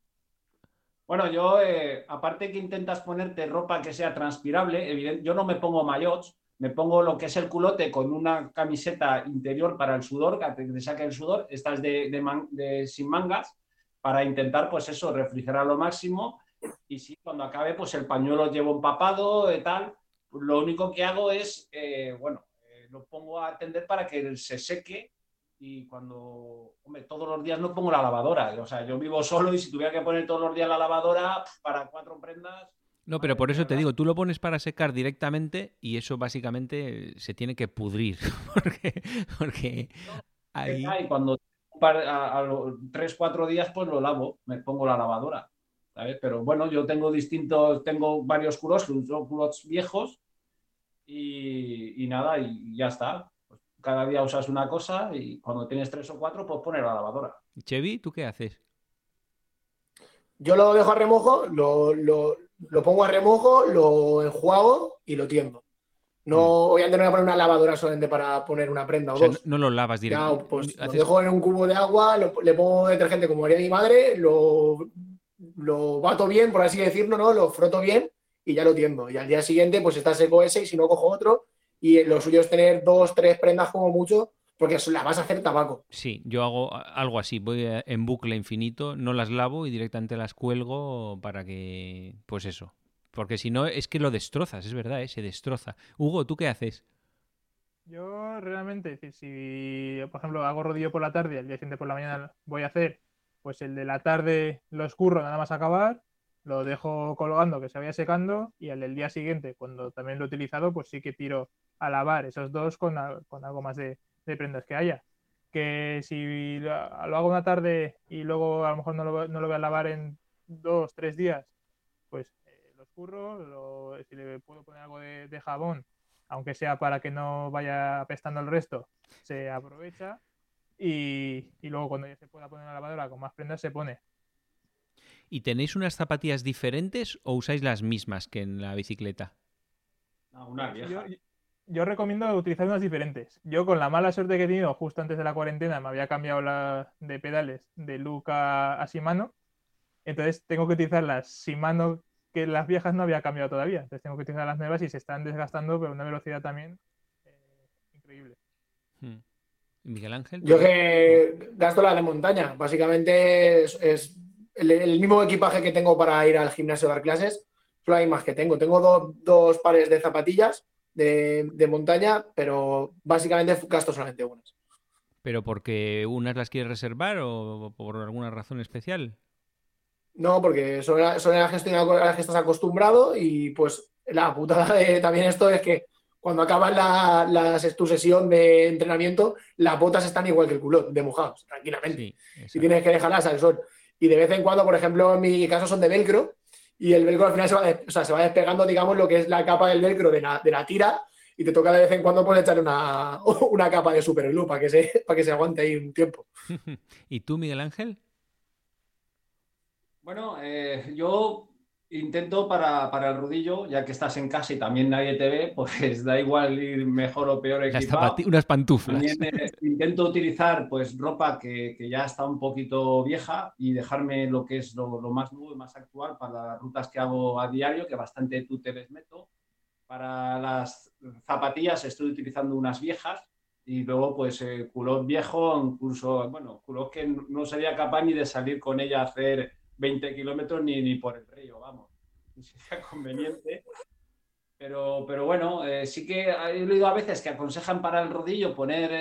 Bueno, yo, aparte que intentas ponerte ropa que sea transpirable, yo no me pongo maillots, me pongo lo que es el culote con una camiseta interior para el sudor, que te saque el sudor, estas sin mangas, para intentar, pues eso, refrigerar lo máximo. Y sí, cuando acabe, pues el pañuelo llevo empapado, tal. Lo único que hago es, lo pongo a tender para que se seque. Y cuando, todos los días no pongo la lavadora. O sea, yo vivo solo y si tuviera que poner todos los días la lavadora para 4 prendas... No, pero por eso te digo, tú lo pones para secar directamente y eso básicamente se tiene que pudrir. porque ahí... Y cuando a los 3-4 días, pues lo lavo, me pongo la lavadora, ¿sabes? Pero bueno, yo tengo varios culots, son culots viejos y nada, y ya está. Pues cada día usas una cosa y cuando tienes 3 o 4, pues pones la lavadora. Chevy, ¿tú qué haces? Yo lo dejo a remojo, lo pongo a remojo, lo enjuago y lo tiendo. No, obviamente no voy a poner una lavadora solamente para poner una prenda o sea, dos. No lo lavas directamente. Pues lo dejo en un cubo de agua, le pongo detergente como haría mi madre, lo bato bien, por así decirlo, ¿no? Lo froto bien y ya lo tiendo. Y al día siguiente, pues está seco ese y si no cojo otro. Y lo suyo es tener 2-3 prendas como mucho, porque las vas a hacer tabaco. Sí, yo hago algo así, voy en bucle infinito, no las lavo y directamente las cuelgo para que, pues eso, porque si no es que lo destrozas, es verdad, se destroza. Hugo, ¿tú qué haces? Yo realmente, si por ejemplo hago rodillo por la tarde y al día siguiente por la mañana voy a hacer, pues el de la tarde lo escurro nada más acabar, lo dejo colgando que se vaya secando y el del día siguiente, cuando también lo he utilizado, pues sí que tiro a lavar esos dos con algo más de prendas que haya. Que si lo hago una tarde y luego a lo mejor no lo voy a lavar en 2-3 días, pues lo escurro, si le puedo poner algo de jabón, aunque sea para que no vaya apestando el resto, se aprovecha y luego cuando ya se pueda poner en la lavadora con más prendas se pone. ¿Y tenéis unas zapatillas diferentes o usáis las mismas que en la bicicleta? Una vieja. Yo recomiendo utilizar unas diferentes. Yo con la mala suerte que he tenido justo antes de la cuarentena me había cambiado de pedales de Luca a Shimano. Entonces tengo que utilizar las Shimano que las viejas no había cambiado todavía. Entonces tengo que utilizar las nuevas y se están desgastando, pero a una velocidad también increíble. Miguel Ángel. Yo que gasto la de montaña. Básicamente es el mismo equipaje que tengo para ir al gimnasio a dar clases. Son las mismas que tengo. Tengo dos pares de zapatillas de montaña, pero básicamente gasto solamente unas. ¿Pero porque unas las quieres reservar o por alguna razón especial? No, porque son las que estás acostumbrado y pues la putada de también esto es que cuando acabas tu sesión de entrenamiento, las botas están igual que el culot, de mojados, tranquilamente. Sí, Y exacto. tienes que dejarlas al sol. Y de vez en cuando, por ejemplo, en mi caso son de velcro, y el velcro al final se va despegando, digamos, lo que es la capa del velcro de la tira, y te toca de vez en cuando pues echarle una capa de superglue para que se aguante ahí un tiempo. ¿Y tú, Miguel Ángel? Bueno, yo intento para el rodillo, ya que estás en casa y también nadie te ve, pues da igual ir mejor o peor equipado. Unas pantuflas. También intento utilizar pues ropa que ya está un poquito vieja y dejarme lo que es lo más nuevo y más actual para las rutas que hago a diario, que bastante te les meto. Para las zapatillas estoy utilizando unas viejas y luego pues culot viejo, incluso, bueno, culot que no sería capaz ni de salir con ella a hacer 20 kilómetros ni por el río, vamos. No sería conveniente. Pero bueno, sí que he leído a veces que aconsejan para el rodillo poner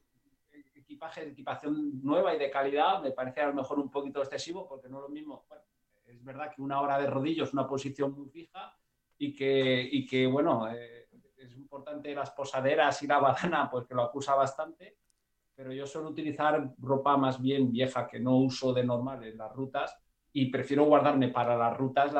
equipación nueva y de calidad. Me parece a lo mejor un poquito excesivo porque no es lo mismo. Bueno, es verdad que una hora de rodillo es una posición muy fija y que bueno, es importante las posaderas y la badana, pues que lo acusa bastante. Pero yo suelo utilizar ropa más bien vieja que no uso de normal en las rutas y prefiero guardarme para las rutas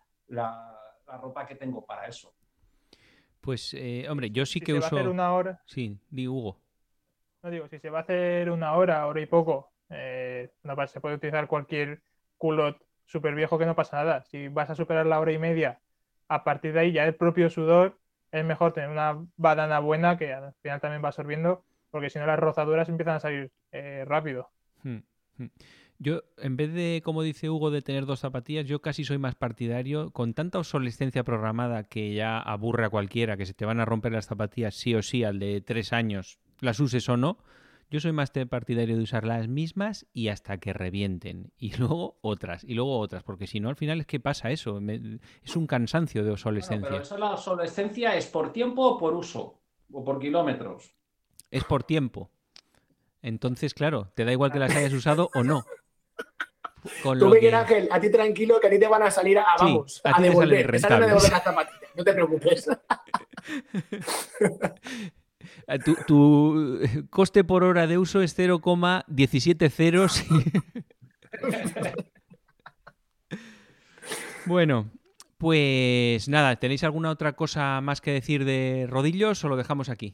la ropa que tengo para eso. Pues, hombre, yo sí Si que se va a hacer uso... una hora, Sí, di Hugo. no digo, si se va a hacer una hora y poco, se puede utilizar cualquier culot súper viejo que no pasa nada. Si vas a superar la hora y media, a partir de ahí ya el propio sudor, es mejor tener una badana buena que al final también va absorbiendo, porque si no las rozaduras empiezan a salir rápido. Hmm, hmm. Yo, en vez de, como dice Hugo, de tener dos zapatillas, yo casi soy más partidario, con tanta obsolescencia programada que ya aburre a cualquiera, que se te van a romper las zapatillas sí o sí al de 3 años, las uses o no. Yo soy más partidario de usar las mismas y hasta que revienten. Y luego otras, porque si no, al final es que pasa eso. Es un cansancio de Bueno, pero obsolescencia. eso la obsolescencia es por tiempo o por uso o por kilómetros. Es por tiempo. Entonces, claro, te da igual que las hayas usado o no. Con Tú, lo Miguel que... Ángel, a ti tranquilo, que a ti te van a salir Sí, a a ti te salen devolver. Te salen a rentables. devolver las zapatillas, no te preocupes. Tu coste por hora de uso es 0,17 ceros. Bueno, pues nada, ¿tenéis alguna otra cosa más que decir de rodillos o lo dejamos aquí?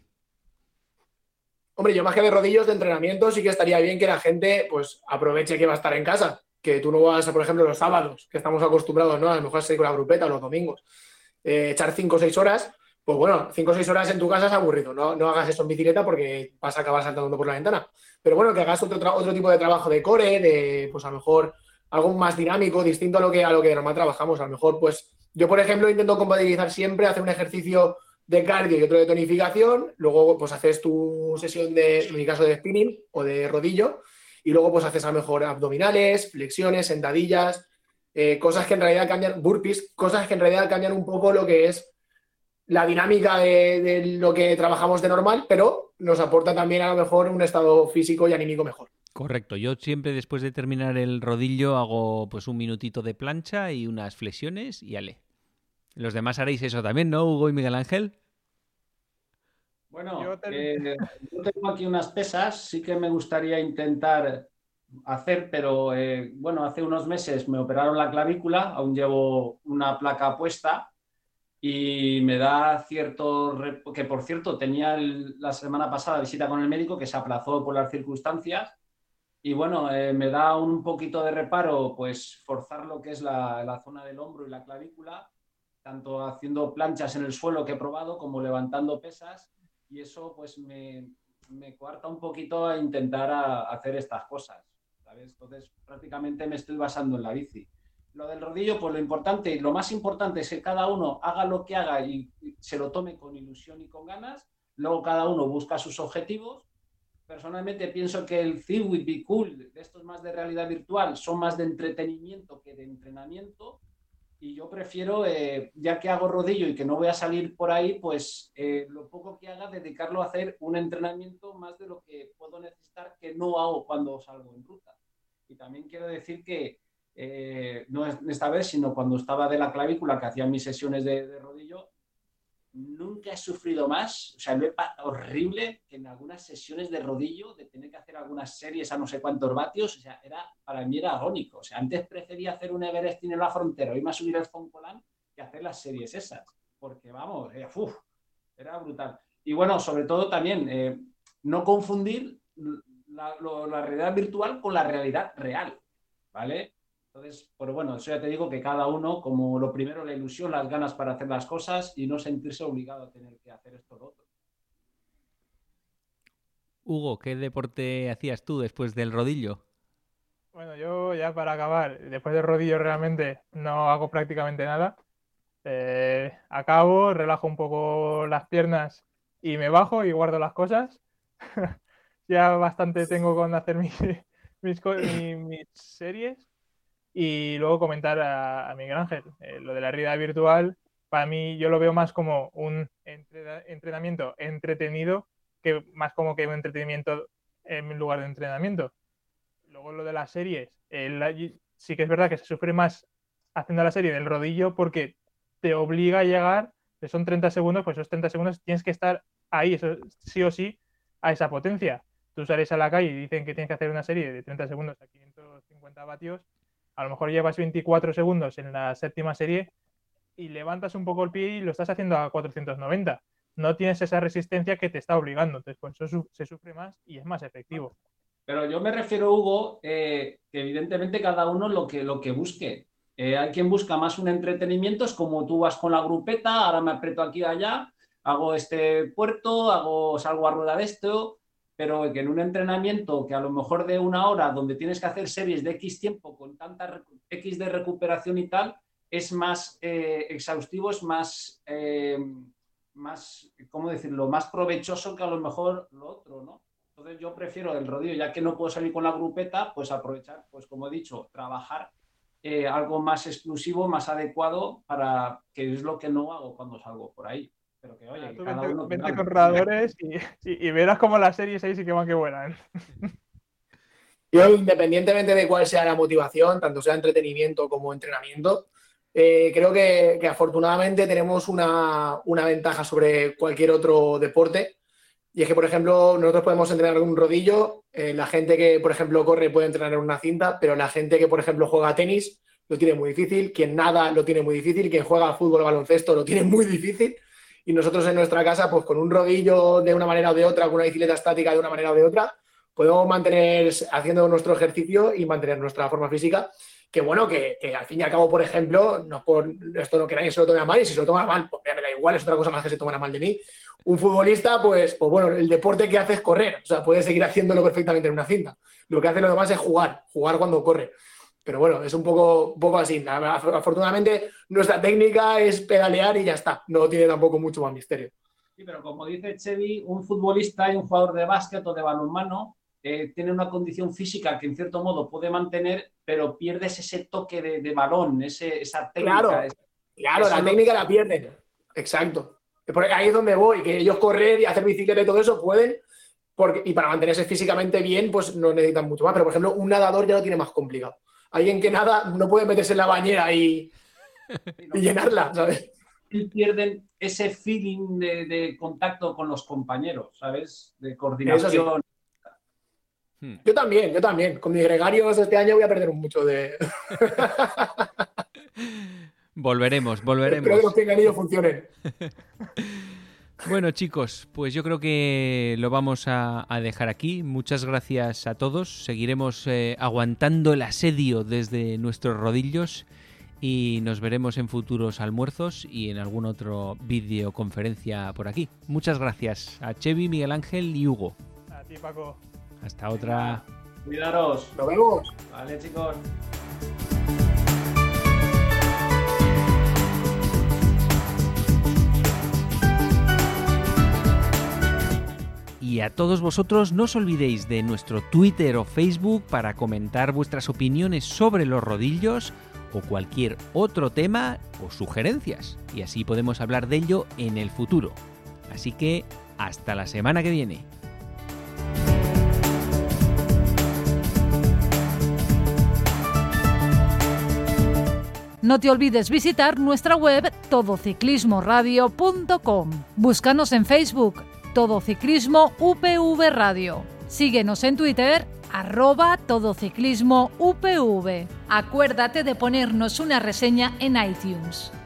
Hombre, yo más que de rodillos de entrenamiento, sí que estaría bien que la gente pues aproveche que va a estar en casa. Que tú no vas a, por ejemplo, los sábados, que estamos acostumbrados, ¿no? A lo mejor a salir con la grupeta o los domingos. Echar 5 o 6 horas, pues bueno, 5 o 6 horas en tu casa es aburrido. No hagas eso en bicicleta porque vas a acabar saltando por la ventana. Pero bueno, que hagas otro tipo de trabajo de core, de pues a lo mejor algo más dinámico, distinto a lo que de normal trabajamos. A lo mejor, pues yo, por ejemplo, intento compatibilizar siempre, hacer un ejercicio de cardio y otro de tonificación, luego pues haces tu sesión de, en mi caso, de spinning o de rodillo, y luego pues haces a lo mejor abdominales, flexiones, sentadillas, cosas que en realidad cambian, burpees, cosas que en realidad cambian un poco lo que es la dinámica de lo que trabajamos de normal, pero nos aporta también a lo mejor un estado físico y anímico mejor. Correcto, yo siempre después de terminar el rodillo hago pues un minutito de plancha y unas flexiones y ale. Los demás haréis eso también, ¿no, Hugo y Miguel Ángel? Bueno, Yo te- yo tengo aquí unas pesas, sí que me gustaría intentar hacer, pero bueno, hace unos meses me operaron la clavícula, aún llevo una placa puesta y me da que por cierto tenía la semana pasada visita con el médico que se aplazó por las circunstancias y bueno, me da un poquito de reparo pues forzar lo que es la zona del hombro y la clavícula, tanto haciendo planchas en el suelo que he probado como levantando pesas y eso pues me coarta un poquito a intentar hacer estas cosas, ¿sabes? Entonces prácticamente me estoy basando en la bici. Lo del rodillo, pues lo importante, lo más importante es que cada uno haga lo que haga y se lo tome con ilusión y con ganas. Luego cada uno busca sus objetivos. Personalmente pienso que el Fitbit Be Cool, de estos más de realidad virtual, son más de entretenimiento que de entrenamiento. Y yo prefiero, ya que hago rodillo y que no voy a salir por ahí, pues lo poco que haga, dedicarlo a hacer un entrenamiento más de lo que puedo necesitar que no hago cuando salgo en ruta. Y también quiero decir que no esta vez, sino cuando estaba de la clavícula, que hacía mis sesiones de rodillo, nunca he sufrido más, o sea, horrible que en algunas sesiones de rodillo, de tener que hacer algunas series a no sé cuántos vatios, o sea, para mí era agónico. O sea, antes prefería hacer un Everesting en la frontera, irme a subir el Foncolán, que hacer las series esas, porque vamos, era brutal. Y bueno, sobre todo también, no confundir la realidad virtual con la realidad real, ¿vale? Entonces, pero bueno, eso ya te digo que cada uno, como lo primero, la ilusión, las ganas para hacer las cosas y no sentirse obligado a tener que hacer esto o lo otro. Hugo, ¿qué deporte hacías tú después del rodillo? Bueno, yo ya para acabar, después del rodillo realmente no hago prácticamente nada. Acabo, relajo un poco las piernas y me bajo y guardo las cosas. Ya bastante tengo con hacer mis series. Y luego comentar a Miguel Ángel, lo de la realidad virtual, para mí yo lo veo más como un entrenamiento entretenido, que más como que un entretenimiento en lugar de entrenamiento. Luego lo de las series, sí que es verdad que se sufre más haciendo la serie del rodillo porque te obliga a llegar, que son 30 segundos, pues esos 30 segundos tienes que estar ahí, eso sí o sí, a esa potencia. Tú sales a la calle y dicen que tienes que hacer una serie de 30 segundos a 550 vatios, a lo mejor llevas 24 segundos en la séptima serie y levantas un poco el pie y lo estás haciendo a 490. No tienes esa resistencia que te está obligando. Entonces, por eso se sufre más y es más efectivo. Pero yo me refiero, Hugo, que evidentemente cada uno lo que busque. Hay quien busca más un entretenimiento, es como tú vas con la grupeta, ahora me aprieto aquí y allá, hago este puerto, salgo a rueda de esto, pero que en un entrenamiento que a lo mejor de 1 hora, donde tienes que hacer series de X tiempo con tanta X de recuperación y tal, es más exhaustivo, es más, ¿cómo decirlo?, más provechoso que a lo mejor lo otro, ¿no? Entonces yo prefiero el rodillo, ya que no puedo salir con la grupeta, pues aprovechar, pues como he dicho, trabajar algo más exclusivo, más adecuado, para que es lo que no hago cuando salgo por ahí. Pero que, oye, tú cada vente con rodadores y verás cómo las series ahí sí que van que vuelan. Yo, independientemente de cuál sea la motivación, tanto sea entretenimiento como entrenamiento, creo que afortunadamente tenemos una ventaja sobre cualquier otro deporte. Y es que, por ejemplo, nosotros podemos entrenar un rodillo, la gente que, por ejemplo, corre puede entrenar en una cinta, pero la gente que, por ejemplo, juega tenis lo tiene muy difícil, quien nada lo tiene muy difícil, quien juega fútbol o baloncesto lo tiene muy difícil. Y nosotros en nuestra casa, pues con un rodillo de una manera o de otra, con una bicicleta estática de una manera o de otra, podemos mantener haciendo nuestro ejercicio y mantener nuestra forma física. Que bueno, que al fin y al cabo, por ejemplo, esto no que nadie se lo tome a mal, y si se lo toma mal, pues me da igual, es otra cosa más que se toman a mal de mí. Un futbolista, pues bueno, el deporte que hace es correr, o sea, puede seguir haciéndolo perfectamente en una cinta. Lo que hace lo demás es jugar cuando corre. Pero bueno, es un poco así. Afortunadamente, nuestra técnica es pedalear y ya está. No tiene tampoco mucho más misterio. Sí, pero como dice Chevy, un futbolista y un jugador de básquet o de balonmano tiene una condición física que en cierto modo puede mantener, pero pierdes ese toque de balón, esa técnica. Claro, la técnica la pierden. Exacto. Ahí es donde voy, que ellos correr y hacer bicicleta y todo eso pueden, y para mantenerse físicamente bien, pues no necesitan mucho más. Pero, por ejemplo, un nadador ya lo tiene más complicado. Alguien que nada no puede meterse en la bañera y llenarla, ¿sabes? Y pierden ese feeling de contacto con los compañeros, ¿sabes? De coordinación. Sí. Yo también. Con mis gregarios este año voy a perder mucho de... Volveremos. Espero que los pinganillos funcionen. Bueno, chicos, pues yo creo que lo vamos a dejar aquí. Muchas gracias a todos. Seguiremos aguantando el asedio desde nuestros rodillos y nos veremos en futuros almuerzos y en algún otro videoconferencia por aquí. Muchas gracias a Chevy, Miguel Ángel y Hugo. A ti, Paco. Hasta otra. Cuidaros. Nos vemos. Vale, chicos. Y a todos vosotros no os olvidéis de nuestro Twitter o Facebook para comentar vuestras opiniones sobre los rodillos o cualquier otro tema o sugerencias. Y así podemos hablar de ello en el futuro. Así que hasta la semana que viene. No te olvides visitar nuestra web todociclismoradio.com. Búscanos en Facebook, Todo Ciclismo UPV Radio. Síguenos en Twitter, @todociclismoupv. Acuérdate de ponernos una reseña en iTunes.